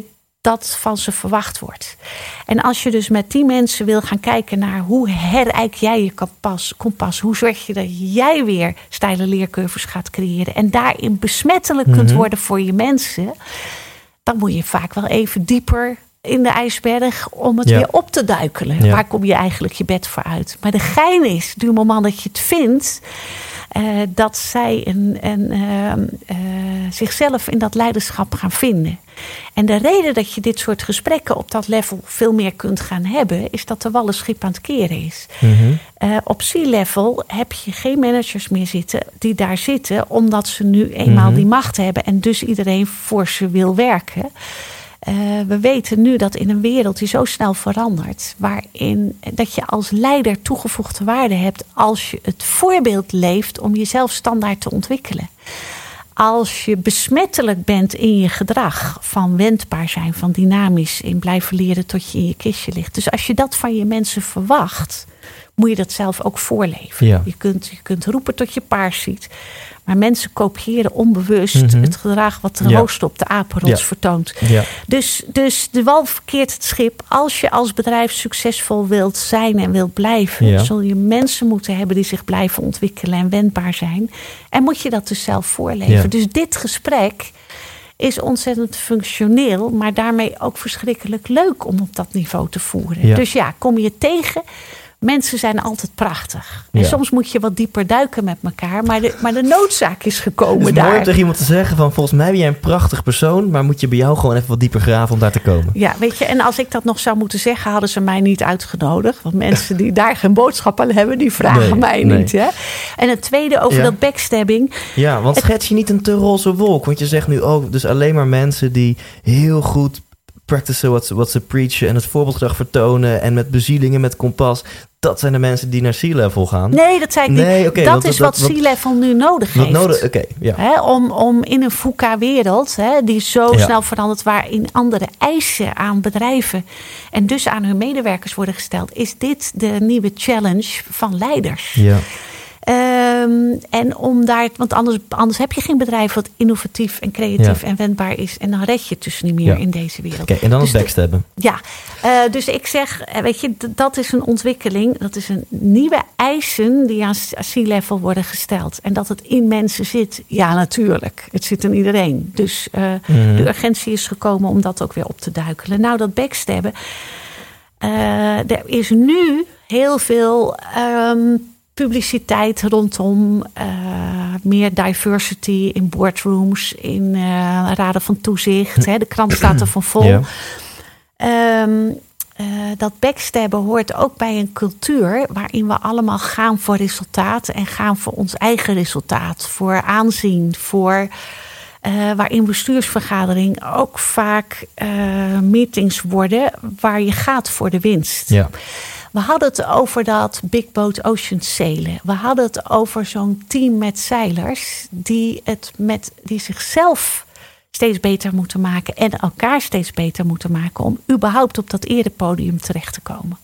dat van ze verwacht wordt. En als je dus met die mensen wil gaan kijken naar hoe herrijk jij je kompas, kompas hoe zorg je dat jij weer steile leercurves gaat creëren en daarin besmettelijk kunt
Mm-hmm.
worden voor je mensen, dan moet je vaak wel even dieper in de ijsberg om het
Ja.
weer op te duikelen.
Ja.
Waar kom je eigenlijk je bed voor uit? Maar de gein is, du moment dat je het vindt, uh, dat zij een, een, uh, uh, zichzelf in dat leiderschap gaan vinden. En de reden dat je dit soort gesprekken op dat level veel meer kunt gaan hebben, is dat de wallen schip aan het keren is.
Mm-hmm.
Uh, op C-level heb je geen managers meer zitten die daar zitten, omdat ze nu eenmaal
Mm-hmm.
die macht hebben en dus iedereen voor ze wil werken. Uh, we weten nu dat in een wereld die zo snel verandert, waarin dat je als leider toegevoegde waarde hebt als je het voorbeeld leeft om jezelf standaard te ontwikkelen. Als je besmettelijk bent in je gedrag, van wendbaar zijn, van dynamisch, in blijven leren tot je in je kistje ligt. Dus als je dat van je mensen verwacht, moet je dat zelf ook voorleven.
Ja.
Je kunt, je kunt roepen tot je paars ziet. Maar mensen kopiëren onbewust
Mm-hmm.
het gedrag wat de
Ja.
rooster op de apenrots
Ja.
vertoont.
Ja.
Dus, dus de wal verkeert het schip. Als je als bedrijf succesvol wilt zijn en wilt blijven,
Ja.
zul je mensen moeten hebben die zich blijven ontwikkelen en wendbaar zijn. En moet je dat dus zelf voorleven.
Ja.
Dus dit gesprek is ontzettend functioneel, maar daarmee ook verschrikkelijk leuk om op dat niveau te voeren.
Ja.
Dus ja, kom je tegen. Mensen zijn altijd prachtig. En
Ja.
soms moet je wat dieper duiken met elkaar. Maar de, maar de noodzaak is gekomen
Het is
daar.
mooi om tegen iemand te zeggen van, volgens mij ben jij een prachtig persoon, maar moet je bij jou gewoon even wat dieper graven om daar te komen.
Ja, weet je, en als ik dat nog zou moeten zeggen, hadden ze mij niet uitgenodigd. Want mensen die daar geen boodschap aan hebben, die vragen
Nee,
mij
nee.
niet. Hè? En het tweede over
Ja.
dat backstabbing.
Ja, want
Het-
schets je niet een te roze wolk? Want je zegt nu ook, dus alleen maar mensen die heel goed practicen wat ze, wat ze preachen en het voorbeeldgedrag vertonen en met bezielingen, met kompas. Dat zijn de mensen die naar C-level gaan.
Nee, dat zei ik
Nee,
niet.
oké,
dat
want
is
dat-
wat
wat-
C-level nu nodig
Wat
heeft.
nodig? Oké, ja.
Hè, om, om in een VUCA-wereld, hè, die zo
Ja.
snel verandert, waarin andere eisen aan bedrijven en dus aan hun medewerkers worden gesteld, is dit de nieuwe challenge van leiders.
Ja.
Um, en om daar, want anders, anders heb je geen bedrijf wat innovatief en creatief
Ja.
en wendbaar is. En dan red je het dus niet meer
Ja.
in deze wereld.
Oké, en dan
Dus
het
de-
backstabben.
Ja, uh, dus ik zeg, eh, weet je, d- dat is een ontwikkeling. Dat is een nieuwe eisen die aan C-level worden gesteld. En dat het in mensen zit, ja natuurlijk. Het zit in iedereen. Dus uh,
Mhm.
de urgentie is gekomen om dat ook weer op te duikelen. Nou, dat backstabben. Uh, er is nu heel veel um, publiciteit rondom uh, meer diversity in boardrooms, in uh, raden van toezicht. Hè, de krant staat er van vol.
Ja.
Um, uh, dat backstabben hoort ook bij een cultuur waarin we allemaal gaan voor resultaat en gaan voor ons eigen resultaat, voor aanzien, voor Uh, waarin bestuursvergadering ook vaak uh, meetings worden waar je gaat voor de winst.
Ja.
We hadden het over dat Big Boat Ocean zeilen. We hadden het over zo'n team met zeilers die, het met, die zichzelf steeds beter moeten maken en elkaar steeds beter moeten maken om überhaupt op dat erepodium terecht te komen.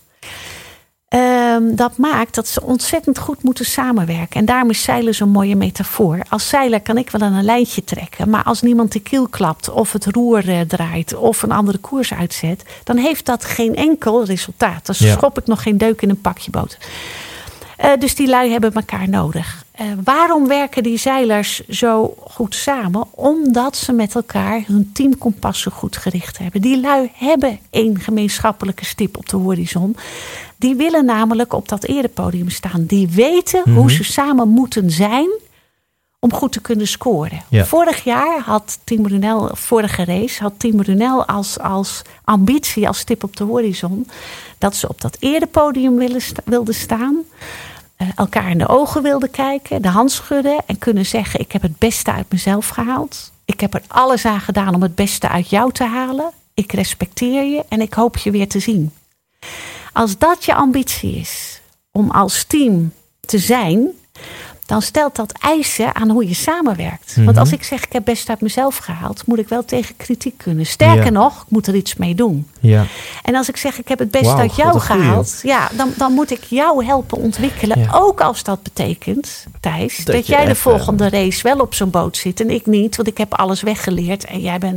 Um, dat maakt dat ze ontzettend goed moeten samenwerken. En daarom is zeilen zo'n mooie metafoor. Als zeiler kan ik wel aan een lijntje trekken. Maar als niemand de kiel klapt of het roer uh, draait of een andere koers uitzet, dan heeft dat geen enkel resultaat. Dan
Ja.
schop ik nog geen deuk in een pakje boter. Uh, dus die lui hebben elkaar nodig. Uh, waarom werken die zeilers zo goed samen? Omdat ze met elkaar hun teamkompas zo goed gericht hebben. Die lui hebben één gemeenschappelijke stip op de horizon. Die willen namelijk op dat erepodium staan. Die weten
Mhm.
hoe ze samen moeten zijn om goed te kunnen scoren.
Ja.
Vorig jaar had Team Brunel, vorige race, had Team Brunel als, als ambitie, als stip op de horizon, dat ze op dat erepodium willen, wilden staan. Uh, elkaar in de ogen wilden kijken, de hand schudden en kunnen zeggen: ik heb het beste uit mezelf gehaald. Ik heb er alles aan gedaan om het beste uit jou te halen. Ik respecteer je en ik hoop je weer te zien. Als dat je ambitie is om als team te zijn, dan stelt dat eisen aan hoe je samenwerkt.
Mm-hmm.
Want als ik zeg ik heb best uit mezelf gehaald, moet ik wel tegen kritiek kunnen. Sterker
Ja.
nog, ik moet er iets mee doen.
Ja.
En als ik zeg ik heb het best
Wauw,
uit jou
wat een goeie.
gehaald, ja, dan, dan moet ik jou helpen ontwikkelen.
Ja.
Ook als dat betekent, Thijs, dat,
Dat je
jij de
even-
volgende race wel op zo'n boot zit en ik niet, want ik heb alles weggeleerd en jij bent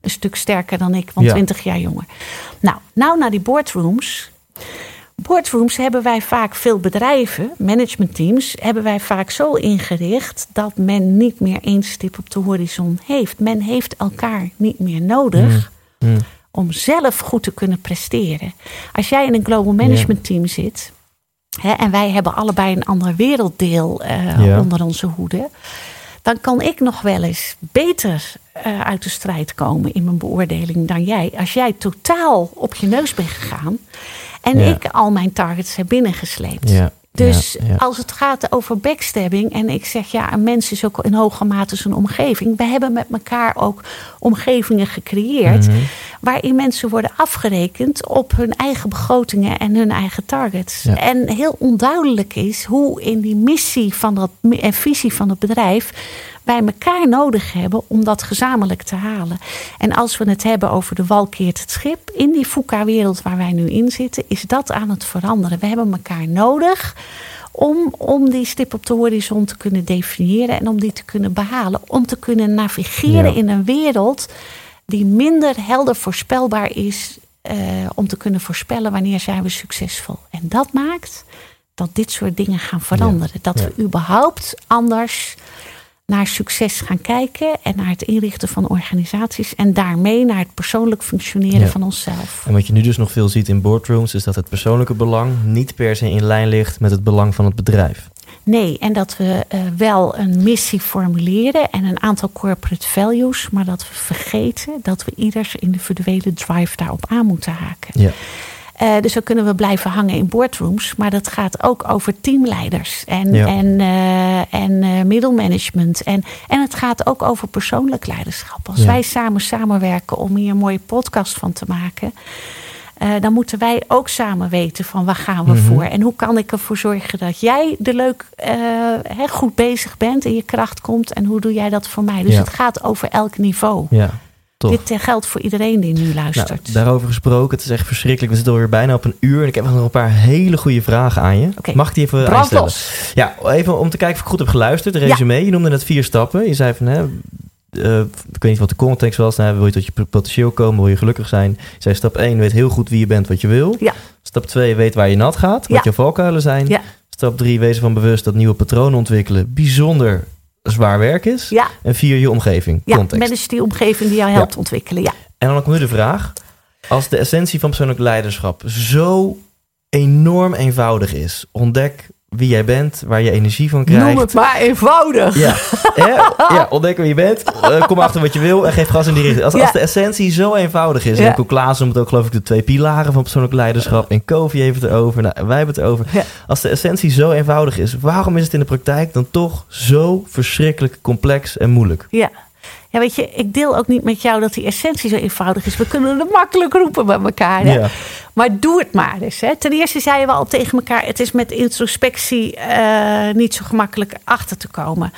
een stuk sterker dan ik, want
Ja.
twintig jaar jonger. Nou, nou naar die boardrooms. Boardrooms hebben wij vaak veel bedrijven, managementteams, hebben wij vaak zo ingericht dat men niet meer één stip op de horizon heeft. Men heeft elkaar niet meer nodig
Mm. Mm.
om zelf goed te kunnen presteren. Als jij in een global management team zit, hè, en wij hebben allebei een ander werelddeel uh,
Ja.
onder onze hoede, dan kan ik nog wel eens beter uh, uit de strijd komen in mijn beoordeling dan jij. Als jij totaal op je neus bent gegaan en
Ja.
ik al mijn targets heb binnengesleept.
Ja.
Dus
Ja, ja.
als het gaat over backstabbing en ik zeg ja, een mens is ook in hoge mate zijn omgeving. We hebben met elkaar ook omgevingen gecreëerd
Mhm.
waarin mensen worden afgerekend op hun eigen begrotingen en hun eigen targets.
Ja.
En heel onduidelijk is hoe in die missie van dat en visie van het bedrijf wij elkaar nodig hebben om dat gezamenlijk te halen. En als we het hebben over de wal keert het schip, in die VUCA-wereld waar wij nu in zitten, is dat aan het veranderen. We hebben elkaar nodig om, om die stip op de horizon te kunnen definiëren en om die te kunnen behalen. Om te kunnen navigeren
Ja.
in een wereld die minder helder voorspelbaar is, uh, om te kunnen voorspellen wanneer zijn we succesvol. En dat maakt dat dit soort dingen gaan veranderen.
Ja.
Dat
Ja.
we überhaupt anders naar succes gaan kijken en naar het inrichten van organisaties en daarmee naar het persoonlijk functioneren
Ja.
van onszelf.
En wat je nu dus nog veel ziet in boardrooms is dat het persoonlijke belang niet per se in lijn ligt met het belang van het bedrijf.
Nee, en dat we uh, wel een missie formuleren en een aantal corporate values, maar dat we vergeten dat we ieders individuele drive daarop aan moeten haken.
Ja.
Uh, dus zo kunnen we blijven hangen in boardrooms. Maar dat gaat ook over teamleiders en,
Ja.
en, uh, en uh, middelmanagement. En, en het gaat ook over persoonlijk leiderschap. Als
Ja.
wij samen samenwerken om hier een mooie podcast van te maken, Uh, dan moeten wij ook samen weten van waar gaan we
Mhm.
voor. En hoe kan ik ervoor zorgen dat jij er leuk uh, he, goed bezig bent en je kracht komt. En hoe doe jij dat voor mij? Dus
Ja.
het gaat over elk niveau.
Ja, toch.
Dit uh, geldt voor iedereen die nu luistert.
Nou, daarover gesproken, het is echt verschrikkelijk. We zitten alweer bijna op een uur en ik heb nog een paar hele goede vragen aan je.
Oké.
Mag ik die even
Brand
aanstellen?
los.
Ja, even om te kijken of ik goed heb geluisterd. De resume, je noemde net vier stappen. Je zei van, hè, uh, ik weet niet wat de context was. Nou, wil je tot je potentieel komen, wil je gelukkig zijn. Je zei stap één, weet heel goed wie je bent, wat je wil.
Ja.
Stap twee, weet waar je nat gaat, wat
Ja.
je valkuilen zijn.
Ja.
Stap drie, wees ervan bewust dat nieuwe patronen ontwikkelen bijzonder zwaar werk is.
Ja.
En vier, je omgeving,
Ja,
context.
manage die omgeving die jou helpt ontwikkelen. Ja.
En dan komt nu de vraag, als de essentie van persoonlijk leiderschap zo enorm eenvoudig is, ontdek wie jij bent, waar je energie van krijgt.
Noem het maar eenvoudig.
Ja, hè? Ja, ontdek wie je bent, uh, kom achter wat je wil en geef gas in die richting. Als,
Ja.
als de essentie zo eenvoudig is,
Ja.
en Koen Klaas noemt het ook geloof ik de twee pilaren van persoonlijk leiderschap, en Covey heeft het erover, nou, wij hebben het erover.
Ja.
Als de essentie zo eenvoudig is, waarom is het in de praktijk dan toch zo verschrikkelijk complex en moeilijk?
Ja. Ja, weet je, ik deel ook niet met jou dat die essentie zo eenvoudig is. We kunnen het makkelijk roepen met elkaar. Hè?
Ja.
Maar doe het maar eens. Hè. Ten eerste zeiden we al tegen elkaar, het is met introspectie uh, niet zo gemakkelijk achter te komen.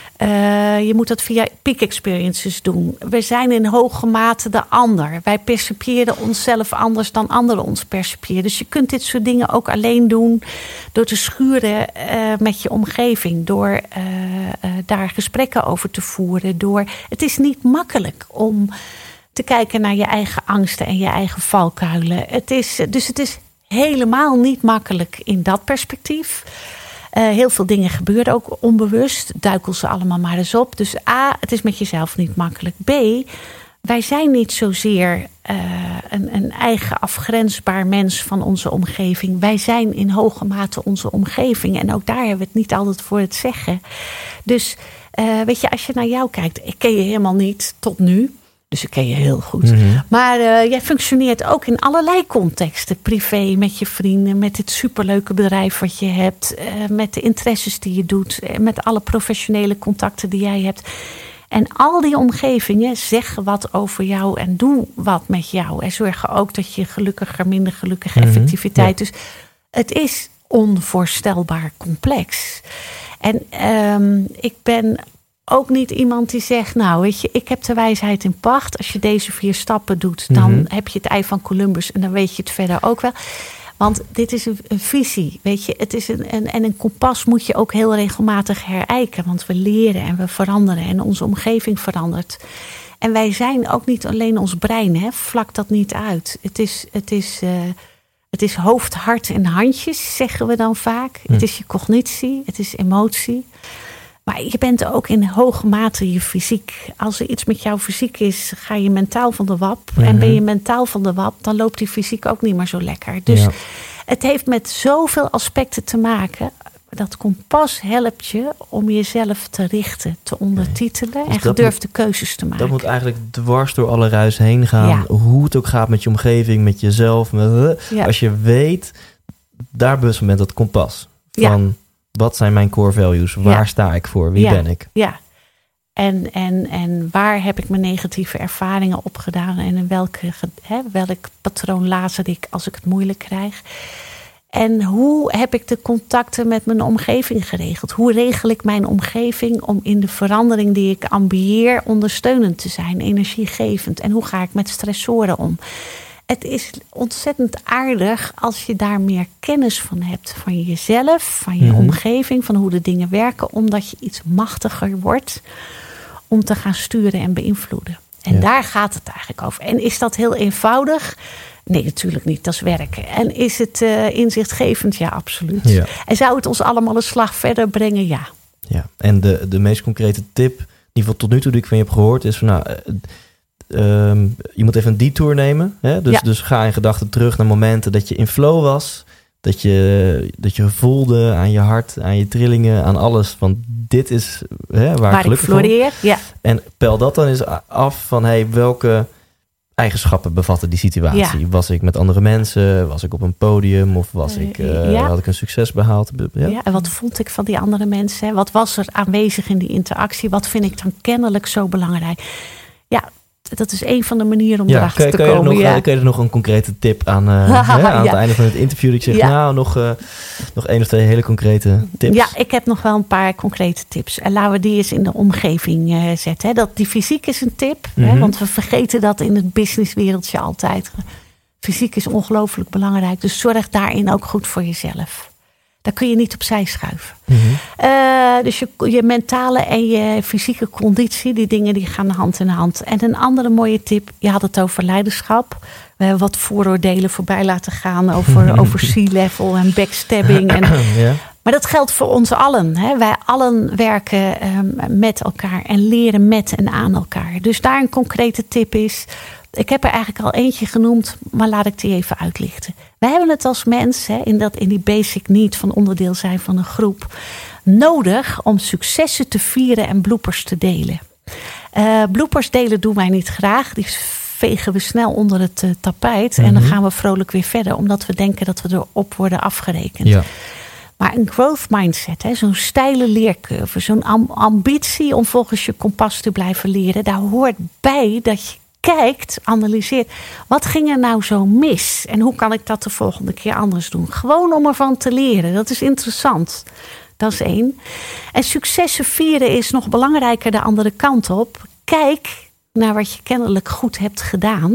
Uh, je moet dat via peak experiences doen. We zijn in hoge mate de ander. Wij percipiëren onszelf anders dan anderen ons percipiëren. Dus je kunt dit soort dingen ook alleen doen door te schuren uh, met je omgeving. Door uh, uh, daar gesprekken over te voeren. Door, het is niet makkelijk om te kijken naar je eigen angsten en je eigen valkuilen. Het is, dus het is helemaal niet makkelijk in dat perspectief. Uh, heel veel dingen gebeuren ook onbewust. Duikel ze allemaal maar eens op. Dus A, het is met jezelf niet makkelijk. B, wij zijn niet zozeer uh, een, een eigen afgrensbaar mens van onze omgeving. Wij zijn in hoge mate onze omgeving. En ook daar hebben we het niet altijd voor het zeggen. Dus uh, weet je, als je naar jou kijkt, ik ken je helemaal niet tot nu. Dus ik ken je heel goed.
Mm-hmm.
Maar uh, jij functioneert ook in allerlei contexten. Privé, met je vrienden, met dit superleuke bedrijf wat je hebt. Uh, met de interesses die je doet. Uh, met alle professionele contacten die jij hebt. En al die omgevingen zeggen wat over jou en doen wat met jou. En zorgen ook dat je gelukkiger, minder gelukkige
Mm-hmm.
effectiviteit. Ja. Dus het is onvoorstelbaar complex. En um, ik ben ook niet iemand die zegt, nou weet je, ik heb de wijsheid in pacht. Als je deze vier stappen doet, dan mm-hmm. heb je het ei van Columbus en dan weet je het verder ook wel. Want dit is een, een visie, weet je. Het is een, een, en een kompas moet je ook heel regelmatig herijken. Want we leren en we veranderen en onze omgeving verandert. En wij zijn ook niet alleen ons brein, hè? Vlak dat niet uit. Het is, het is, uh, het is hoofd, hart en handjes, zeggen we dan vaak. Hm. Het is je cognitie, het is emotie. Maar je bent ook in hoge mate je fysiek. Als er iets met jouw fysiek is, ga je mentaal van de wap. Mm-hmm. En ben je mentaal van de wap, dan loopt die fysiek ook niet meer zo lekker. Dus ja. Het heeft met zoveel aspecten te maken. Dat kompas helpt je om jezelf te richten, te ondertitelen nee. dus en gedurfde moet, keuzes te maken.
Dat moet eigenlijk dwars door alle ruis heen gaan. Ja. Hoe het ook gaat met je omgeving, met jezelf. Met, ja. Als je weet, daar bewust van bent dat kompas. Van, ja. Wat zijn mijn core values? Waar ja. sta ik voor? Wie
ja.
ben ik?
Ja. En, en, en waar heb ik mijn negatieve ervaringen opgedaan? En in welke, hè, welk patroon lazer ik als ik het moeilijk krijg? En hoe heb ik de contacten met mijn omgeving geregeld? Hoe regel ik mijn omgeving om in de verandering die ik ambieer ondersteunend te zijn, energiegevend? En hoe ga ik met stressoren om? Het is ontzettend aardig als je daar meer kennis van hebt. Van jezelf, van je mm-hmm. omgeving, van hoe de dingen werken. Omdat je iets machtiger wordt om te gaan sturen en beïnvloeden. En ja. daar gaat het eigenlijk over. En is dat heel eenvoudig? Nee, natuurlijk niet. Dat is werken. En is het uh, inzichtgevend? Ja, absoluut. Ja. En zou het ons allemaal een slag verder brengen? Ja.
Ja. En de, de meest concrete tip, in ieder geval tot nu toe die ik van je heb gehoord, is van nou... Uh, Um, je moet even een detour nemen. Hè? Dus, ja. dus ga in gedachten terug naar momenten dat je in flow was. Dat je, dat je voelde aan je hart, aan je trillingen, aan alles. Van dit is hè, waar, waar ik gelukkig
ik floreer. Ja.
En pel dat dan eens af van hey, welke eigenschappen bevatte die situatie. Ja. Was ik met andere mensen? Was ik op een podium? Of was ik, uh, ja. had ik een succes behaald? Ja.
Ja, en wat vond ik van die andere mensen? Wat was er aanwezig in die interactie? Wat vind ik dan kennelijk zo belangrijk? Ja, dat is een van de manieren om ja, erachter te komen.
Nog,
ja.
Kun je er nog een concrete tip aan, uh, ja, aan ja. het einde van het interview? Dat ik zeg, ja. nou, nog, uh, nog één of twee hele concrete tips.
Ja, ik heb nog wel een paar concrete tips. En laten we die eens in de omgeving uh, zetten. Hè. Dat, die fysiek is een tip. Mm-hmm. Hè, want we vergeten dat in het businesswereldje altijd. Fysiek is ongelooflijk belangrijk. Dus zorg daarin ook goed voor jezelf. Daar kun je niet opzij schuiven. Mm-hmm. Uh, dus je, je mentale en je fysieke conditie, die dingen die gaan hand in hand. En een andere mooie tip, je had het over leiderschap. We hebben wat vooroordelen voorbij laten gaan over, over C-level en backstabbing. En, ja. Maar dat geldt voor ons allen. Hè? Wij allen werken um, met elkaar en leren met en aan elkaar. Dus daar een concrete tip is. Ik heb er eigenlijk al eentje genoemd, maar laat ik die even uitlichten. Wij hebben het als mens, hè, in, dat, in die basic need van onderdeel zijn van een groep, nodig om successen te vieren en bloopers te delen. Uh, bloopers delen doen wij niet graag. Die vegen we snel onder het uh, tapijt. Mm-hmm. En dan gaan we vrolijk weer verder, omdat we denken dat we erop worden afgerekend. Ja. Maar een growth mindset, hè, zo'n steile leercurve, zo'n am- ambitie om volgens je kompas te blijven leren, daar hoort bij dat je kijkt, analyseert. Wat ging er nou zo mis? En hoe kan ik dat de volgende keer anders doen? Gewoon om ervan te leren. Dat is interessant. Dat is één. En successen vieren is nog belangrijker de andere kant op. Kijk naar wat je kennelijk goed hebt gedaan.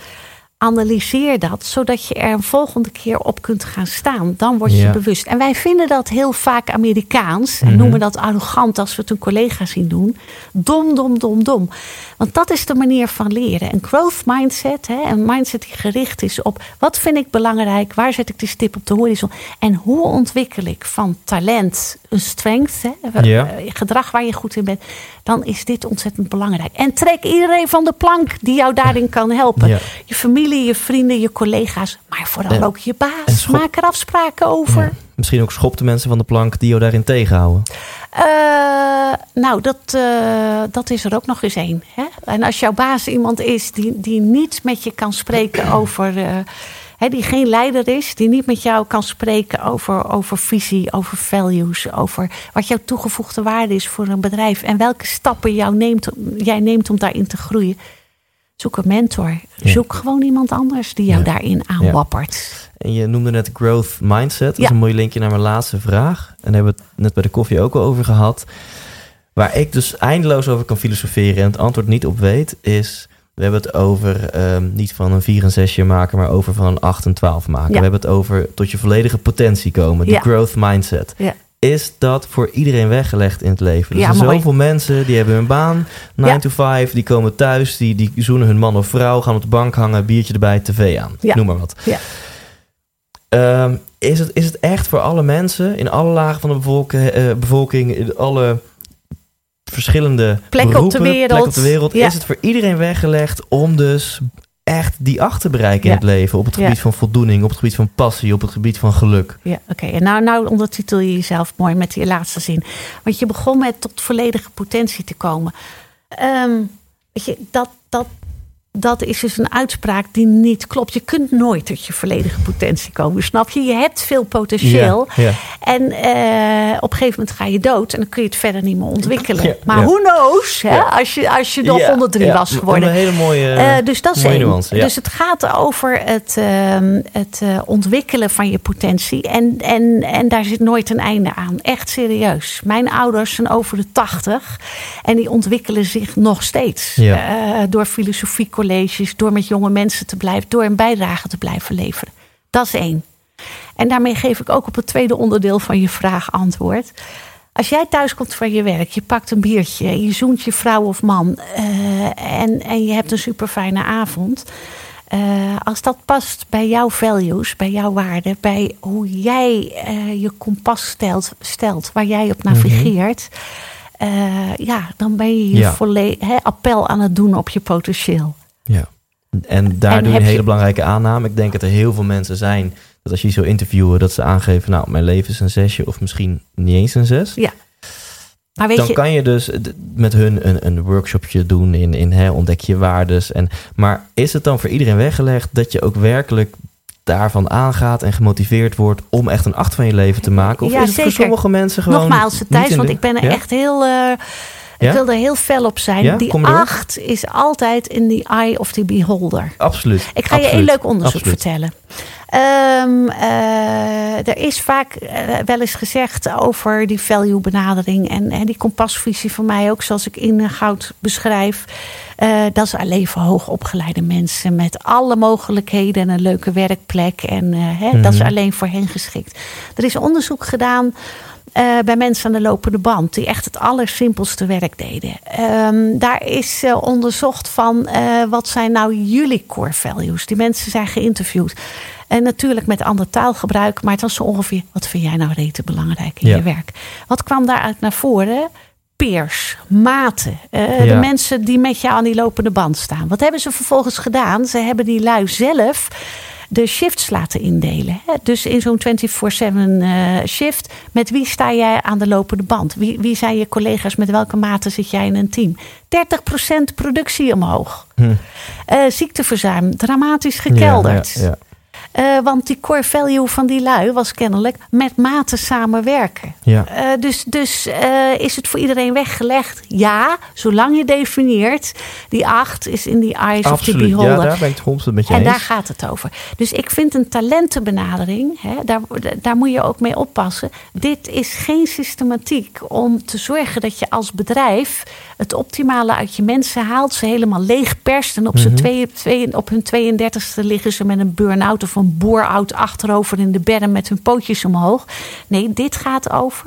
Analyseer dat, zodat je er een volgende keer op kunt gaan staan. Dan word je ja. bewust. En wij vinden dat heel vaak Amerikaans. En mm-hmm. noemen dat arrogant als we het een collega zien doen. Dom, dom, dom, dom. Want dat is de manier van leren. Een growth mindset, hè, een mindset die gericht is op wat vind ik belangrijk? Waar zet ik die stip op de horizon? En hoe ontwikkel ik van talent een strength, hè, ja. gedrag waar je goed in bent? Dan is dit ontzettend belangrijk. En trek iedereen van de plank die jou daarin kan helpen. Ja. Je familie, je vrienden, je collega's. Maar vooral en, ook je baas. Schop, Maak er afspraken over. Ja.
Misschien ook schop de mensen van de plank die jou daarin tegenhouden.
Uh, nou, dat, uh, dat is er ook nog eens één. Hè? En als jouw baas iemand is die, die niet met je kan spreken over... Uh, He, die geen leider is, die niet met jou kan spreken over, over visie, over values, over wat jouw toegevoegde waarde is voor een bedrijf en welke stappen jou neemt, jij neemt om daarin te groeien. Zoek een mentor. Ja. Zoek gewoon iemand anders die jou ja. daarin aanwappert. Ja.
En je noemde net growth mindset. Dat ja. is een mooi linkje naar mijn laatste vraag. En daar hebben we het net bij de koffie ook al over gehad. Waar ik dus eindeloos over kan filosoferen en het antwoord niet op weet, is... We hebben het over um, niet van een vier en zesje maken, maar over van een acht en twaalf maken. Ja. We hebben het over tot je volledige potentie komen. De ja. growth mindset. Ja. is dat voor iedereen weggelegd in het leven. Dus
Ja,
er zijn
mooi.
zoveel mensen die hebben hun baan, nine
Ja.
to five, die komen thuis, die, die zoenen hun man of vrouw, gaan op de bank hangen, biertje erbij, tv aan.
Ja.
Noem maar wat.
Ja.
Um, is, het, is het echt voor alle mensen, in alle lagen van de bevolking, uh, bevolking in alle verschillende
Plekken op de
beroepen,
wereld.
plekken op de wereld,
Ja.
is het voor iedereen weggelegd om dus echt die acht te bereiken
Ja.
in het leven, op het
Ja.
gebied van voldoening, op het gebied van passie, op het gebied van geluk?
Ja, oké. En nou, nou ondertitel je jezelf mooi met die laatste zin. Want je begon met tot volledige potentie te komen. Um, weet je, dat, dat, dat is dus een uitspraak die niet klopt. Je kunt nooit tot je volledige potentie komen, snap je? Je hebt veel potentieel. Ja,
ja.
En uh, op een gegeven moment ga je dood en dan kun je het verder niet meer ontwikkelen.
Ja,
maar
ja.
who knows, hè?
Ja.
Als je, als je nog
Ja,
honderddrie
ja.
was geworden.
Een hele mooie,
uh, dus dat is
mooie
één.
nuance. Ja.
Dus het gaat over het, uh, het uh, ontwikkelen van je potentie. En, en, en daar zit nooit een einde aan. Echt serieus. Mijn ouders zijn over de tachtig. En die ontwikkelen zich nog steeds.
Ja.
Uh, door filosofiecolleges, door met jonge mensen te blijven, door een bijdrage te blijven leveren. Dat is één. En daarmee geef ik ook op het tweede onderdeel van je vraag antwoord. Als jij thuis komt van je werk, je pakt een biertje, je zoent je vrouw of man uh, en, en je hebt een super fijne avond. Uh, als dat past bij jouw values, bij jouw waarden, bij hoe jij uh, je kompas stelt, stelt, waar jij op navigeert, mm-hmm. uh, ja, dan ben je je
ja.
volle- he, appel aan het doen op je potentieel.
Ja. En daar
En
doe je een
heb
hele
je-
belangrijke aanname. Ik denk dat er heel veel mensen zijn dat als je zo interviewen, dat ze aangeven, nou, mijn leven is een zesje of misschien niet eens een zes.
Ja. Maar weet
Dan
je,
kan je dus d- met hun een, een workshopje doen in, in hè, ontdek je waardes. En, maar is het dan voor iedereen weggelegd dat je ook werkelijk daarvan aangaat en gemotiveerd wordt om echt een acht van je leven te maken? Of
Ja,
is het voor
zeker.
sommige mensen gewoon
nogmaals,
niet
Thijs,
in
want
de-
ik ben er
Ja?
echt heel... Uh, ik
Ja?
wil er heel fel op zijn.
Ja?
Die
Kom door.
acht is altijd in the eye of the beholder.
Absoluut.
Ik ga je
Absoluut.
één leuk onderzoek
Absoluut.
vertellen. Um, uh, er is vaak uh, wel eens gezegd over die value benadering en, en die kompasvisie van mij ook, zoals ik in Goud beschrijf. Uh, dat is alleen voor hoogopgeleide mensen met alle mogelijkheden en een leuke werkplek. En uh, hè,
Mm-hmm.
dat is alleen voor hen geschikt. Er is onderzoek gedaan Uh, bij mensen aan de lopende band die echt het allersimpelste werk deden. Um, daar is uh, onderzocht van uh, wat zijn nou jullie core values. Die mensen zijn geïnterviewd. En natuurlijk met ander taalgebruik, maar het was zo ongeveer, wat vind jij nou rete belangrijk in
Ja.
je werk? Wat kwam daaruit naar voren? Peers, maten, uh,
Ja.
de mensen die met jou aan die lopende band staan. Wat hebben ze vervolgens gedaan? Ze hebben die lui zelf de shifts laten indelen. Hè? Dus in zo'n vierentwintig zeven uh, shift, met wie sta jij aan de lopende band? Wie, wie zijn je collega's? Met welke mate zit jij in een team? dertig procent productie omhoog.
Hm.
Uh, ziekteverzuim dramatisch gekelderd.
Ja, ja, ja.
Uh, want die core value van die lui was kennelijk met mate samenwerken.
Ja.
Uh, dus dus uh, is het voor iedereen weggelegd? Ja, zolang je definieert. Die acht is in die eyes of the
Absoluut.
beholder.
Ja, daar ben ik het honderd procent met je
En
eens.
daar gaat het over. Dus ik vind een talentenbenadering, hè, daar, daar moet je ook mee oppassen. Dit is geen systematiek om te zorgen dat je als bedrijf het optimale uit je mensen haalt. Ze helemaal leeg perst. En op,
Mm-hmm.
twee, twee, op hun tweeëndertigste liggen ze met een burn-out of een bore-out achterover in de berm met hun pootjes omhoog. Nee, dit gaat over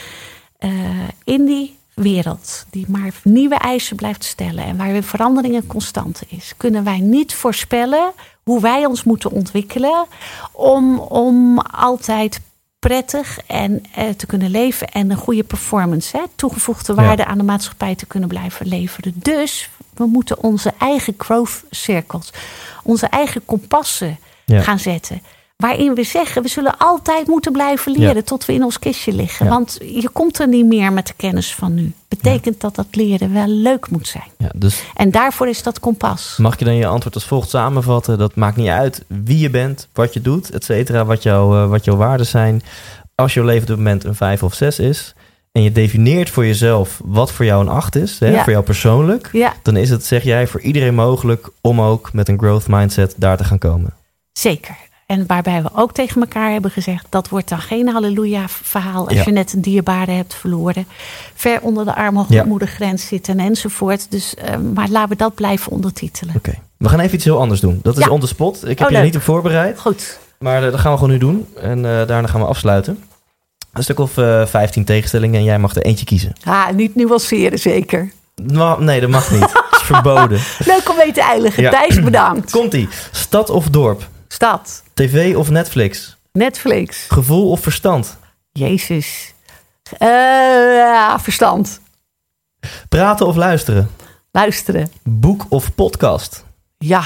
uh, in die wereld die maar nieuwe eisen blijft stellen en waar weer verandering een constante is, kunnen wij niet voorspellen hoe wij ons moeten ontwikkelen om, om altijd prettig en uh, te kunnen leven en een goede performance, hè, toegevoegde waarde
Ja.
aan de maatschappij te kunnen blijven leveren. Dus we moeten onze eigen growth circles, onze eigen kompassen
Ja.
gaan zetten. Waarin we zeggen, we zullen altijd moeten blijven leren
Ja.
tot we in ons kistje liggen.
Ja.
Want je komt er niet meer met de kennis van nu. Betekent dat dat leren wel leuk moet zijn.
Ja, dus
En daarvoor is dat kompas.
mag je dan je antwoord als volgt samenvatten? Dat maakt niet uit wie je bent, wat je doet, et cetera, wat, jouw, uh, wat jouw waarden zijn. Als jouw leven op dit moment een vijf of zes is en je definieert voor jezelf wat voor jou een acht is, hè,
Ja.
voor jou persoonlijk,
Ja,
dan is het, zeg jij, voor iedereen mogelijk om ook met een growth mindset daar te gaan komen.
zeker. En waarbij we ook tegen elkaar hebben gezegd, dat wordt dan geen halleluja verhaal als
Ja.
je net een dierbare hebt verloren. Ver onder de armoedegrens zitten enzovoort. Dus, uh, maar laten we dat blijven ondertitelen.
Oké, we gaan even iets heel anders doen. Dat is
Ja.
on the spot. Ik heb
Oh,
je er
leuk.
niet op voorbereid.
Goed.
Maar uh, dat gaan we gewoon nu doen. En uh, daarna gaan we afsluiten. Een stuk of uh, vijftien tegenstellingen en jij mag er eentje kiezen.
Ah, niet nuanceren zeker.
No, nee, dat mag niet. Dat is verboden.
Leuk om mee te eindigen. Ja. Thijs, bedankt.
Komt-ie. Stad of dorp?
Stad.
tv of Netflix?
Netflix.
Gevoel of verstand?
Jezus. Uh, verstand.
Praten of luisteren?
Luisteren.
Boek of podcast?
Ja.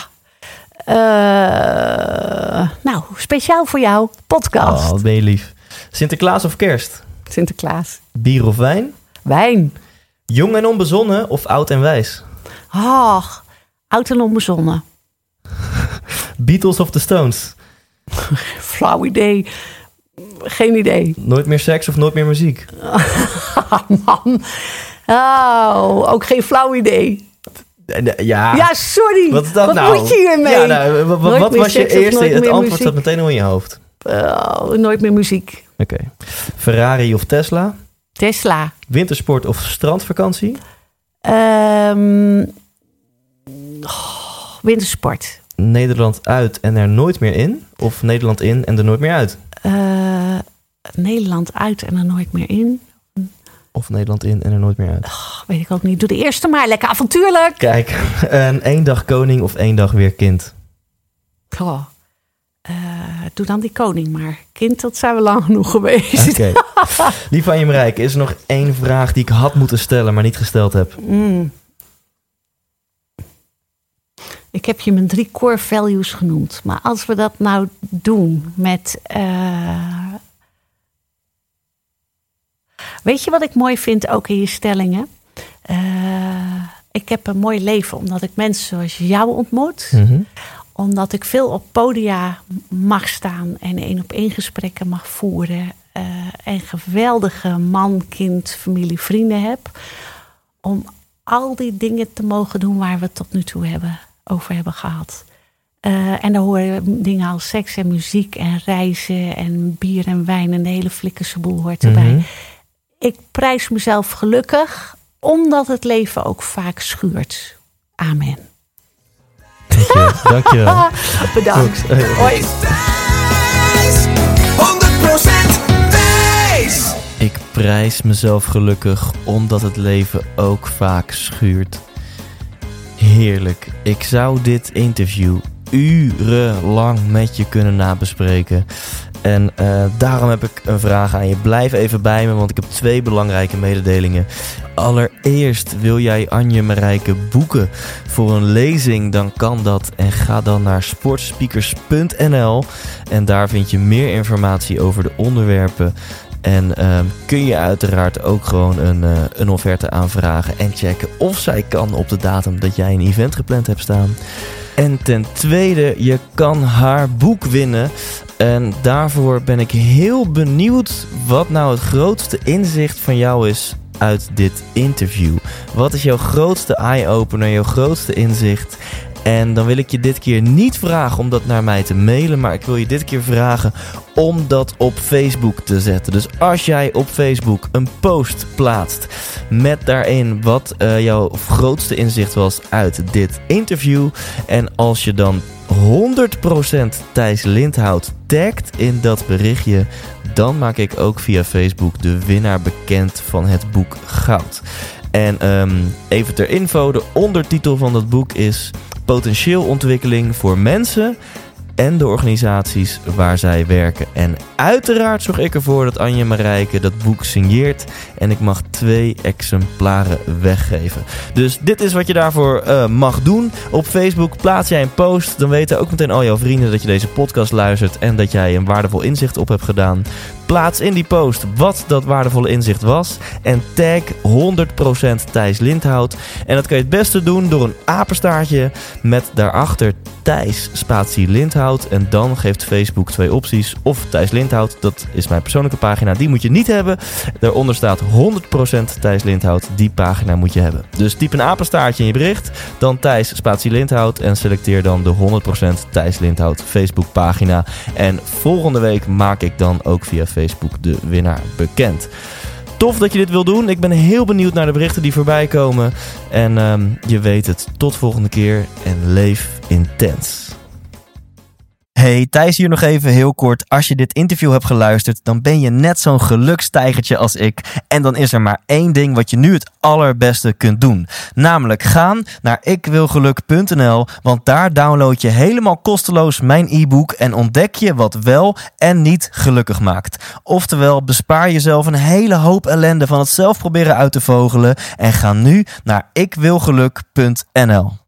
Uh, nou, speciaal voor jou. Podcast.
Oh, wat ben je lief. Sinterklaas of kerst?
Sinterklaas.
Bier of wijn?
Wijn.
Jong en onbezonnen of oud en wijs?
Oh, oud en onbezonnen.
Beatles of The Stones?
Flauw idee. Geen idee.
Nooit meer seks of nooit meer muziek?
Man. Oh, ook geen flauw idee.
Ja.
Ja, sorry.
Wat is dat
wat
nou?
moet je hiermee?
Ja, nou, wat wat was je eerste? Het antwoord muziek. Staat meteen al in je hoofd.
Oh, nooit meer muziek.
Oké. Okay. Ferrari of Tesla?
Tesla.
Wintersport of strandvakantie?
Um, oh, wintersport.
Nederland uit en er nooit meer in? Of Nederland in en er nooit meer uit?
Uh, Nederland uit en er nooit meer in.
Of Nederland in en er nooit meer uit?
Oh, weet ik ook niet. Doe de eerste maar. Lekker avontuurlijk.
Kijk, een één dag koning of één dag weer kind?
Oh. Uh, doe dan die koning maar. Kind, dat zijn we lang genoeg geweest.
Oké. Okay. Lieve Anje Marijke, is er nog één vraag die ik had moeten stellen, maar niet gesteld heb?
Mm. Ik heb je mijn drie core values genoemd. Maar als we dat nou doen met... Uh... Weet je wat ik mooi vind ook in je stellingen? Uh, ik heb een mooi leven omdat ik mensen zoals jou ontmoet.
Mm-hmm.
Omdat ik veel op podia mag staan en één op één gesprekken mag voeren. Uh, en geweldige man, kind, familie, vrienden heb. Om al die dingen te mogen doen waar we het tot nu toe hebben, over hebben gehad. Uh, en daar horen dingen als seks en muziek en reizen en bier en wijn en de hele flikkerse boel hoort erbij. Mm-hmm. Ik prijs mezelf gelukkig, omdat het leven ook vaak schuurt. Amen.
Dank je wel.
Bedankt. Hoi.
honderd procent wijs.
Ik prijs mezelf gelukkig, omdat het leven ook vaak schuurt. Heerlijk. Ik zou dit interview urenlang met je kunnen nabespreken. En uh, daarom heb ik een vraag aan je. Blijf even bij me, want ik heb twee belangrijke mededelingen. Allereerst, wil jij Anje Marijke boeken voor een lezing? Dan kan dat. En ga dan naar sportspeakers punt n l. En daar vind je meer informatie over de onderwerpen. En uh, kun je uiteraard ook gewoon een, uh, een offerte aanvragen. En checken of zij kan op de datum dat jij een event gepland hebt staan. En ten tweede, je kan haar boek winnen. En daarvoor ben ik heel benieuwd wat nou het grootste inzicht van jou is uit dit interview. Wat is jouw grootste eye-opener, jouw grootste inzicht? En dan wil ik je dit keer niet vragen om dat naar mij te mailen, maar ik wil je dit keer vragen om dat op Facebook te zetten. Dus als jij op Facebook een post plaatst met daarin wat uh, jouw grootste inzicht was uit dit interview. En als je dan honderd procent Thijs Lindhout tagt in dat berichtje, dan maak ik ook via Facebook de winnaar bekend van het boek Goud. En um, even ter info, de ondertitel van dat boek is Potentieel ontwikkeling voor mensen en de organisaties waar zij werken. En uiteraard zorg ik ervoor dat Anje Marijke dat boek signeert. En ik mag twee exemplaren weggeven. Dus dit is wat je daarvoor uh, mag doen. Op Facebook plaats jij een post. Dan weten ook meteen al jouw vrienden dat je deze podcast luistert. En dat jij een waardevol inzicht op hebt gedaan. Plaats in die post wat dat waardevolle inzicht was. En tag honderd procent Thijs Lindhout. En dat kan je het beste doen door een apenstaartje met daarachter Thijs spatie Lindhout. En dan geeft Facebook twee opties. Of Thijs Lindhout, dat is mijn persoonlijke pagina. Die moet je niet hebben. Daaronder staat honderd procent Thijs Lindhout. Die pagina moet je hebben. Dus typ een apenstaartje in je bericht. Dan Thijs spatie Lindhout. En selecteer dan de honderd procent Thijs Lindhout Facebook pagina. En volgende week maak ik dan ook via Facebook de winnaar bekend. Tof dat je dit wil doen. Ik ben heel benieuwd naar de berichten die voorbij komen. En um, je weet het. Tot volgende keer. En leef intens. Hey, Thijs hier nog even heel kort. Als je dit interview hebt geluisterd, dan ben je net zo'n gelukstijgertje als ik. En dan is er maar één ding wat je nu het allerbeste kunt doen. Namelijk gaan naar ikwilgeluk punt n l, want daar download je helemaal kosteloos mijn e-book en ontdek je wat wel en niet gelukkig maakt. Oftewel, bespaar jezelf een hele hoop ellende van het zelf proberen uit te vogelen en ga nu naar ikwilgeluk punt n l.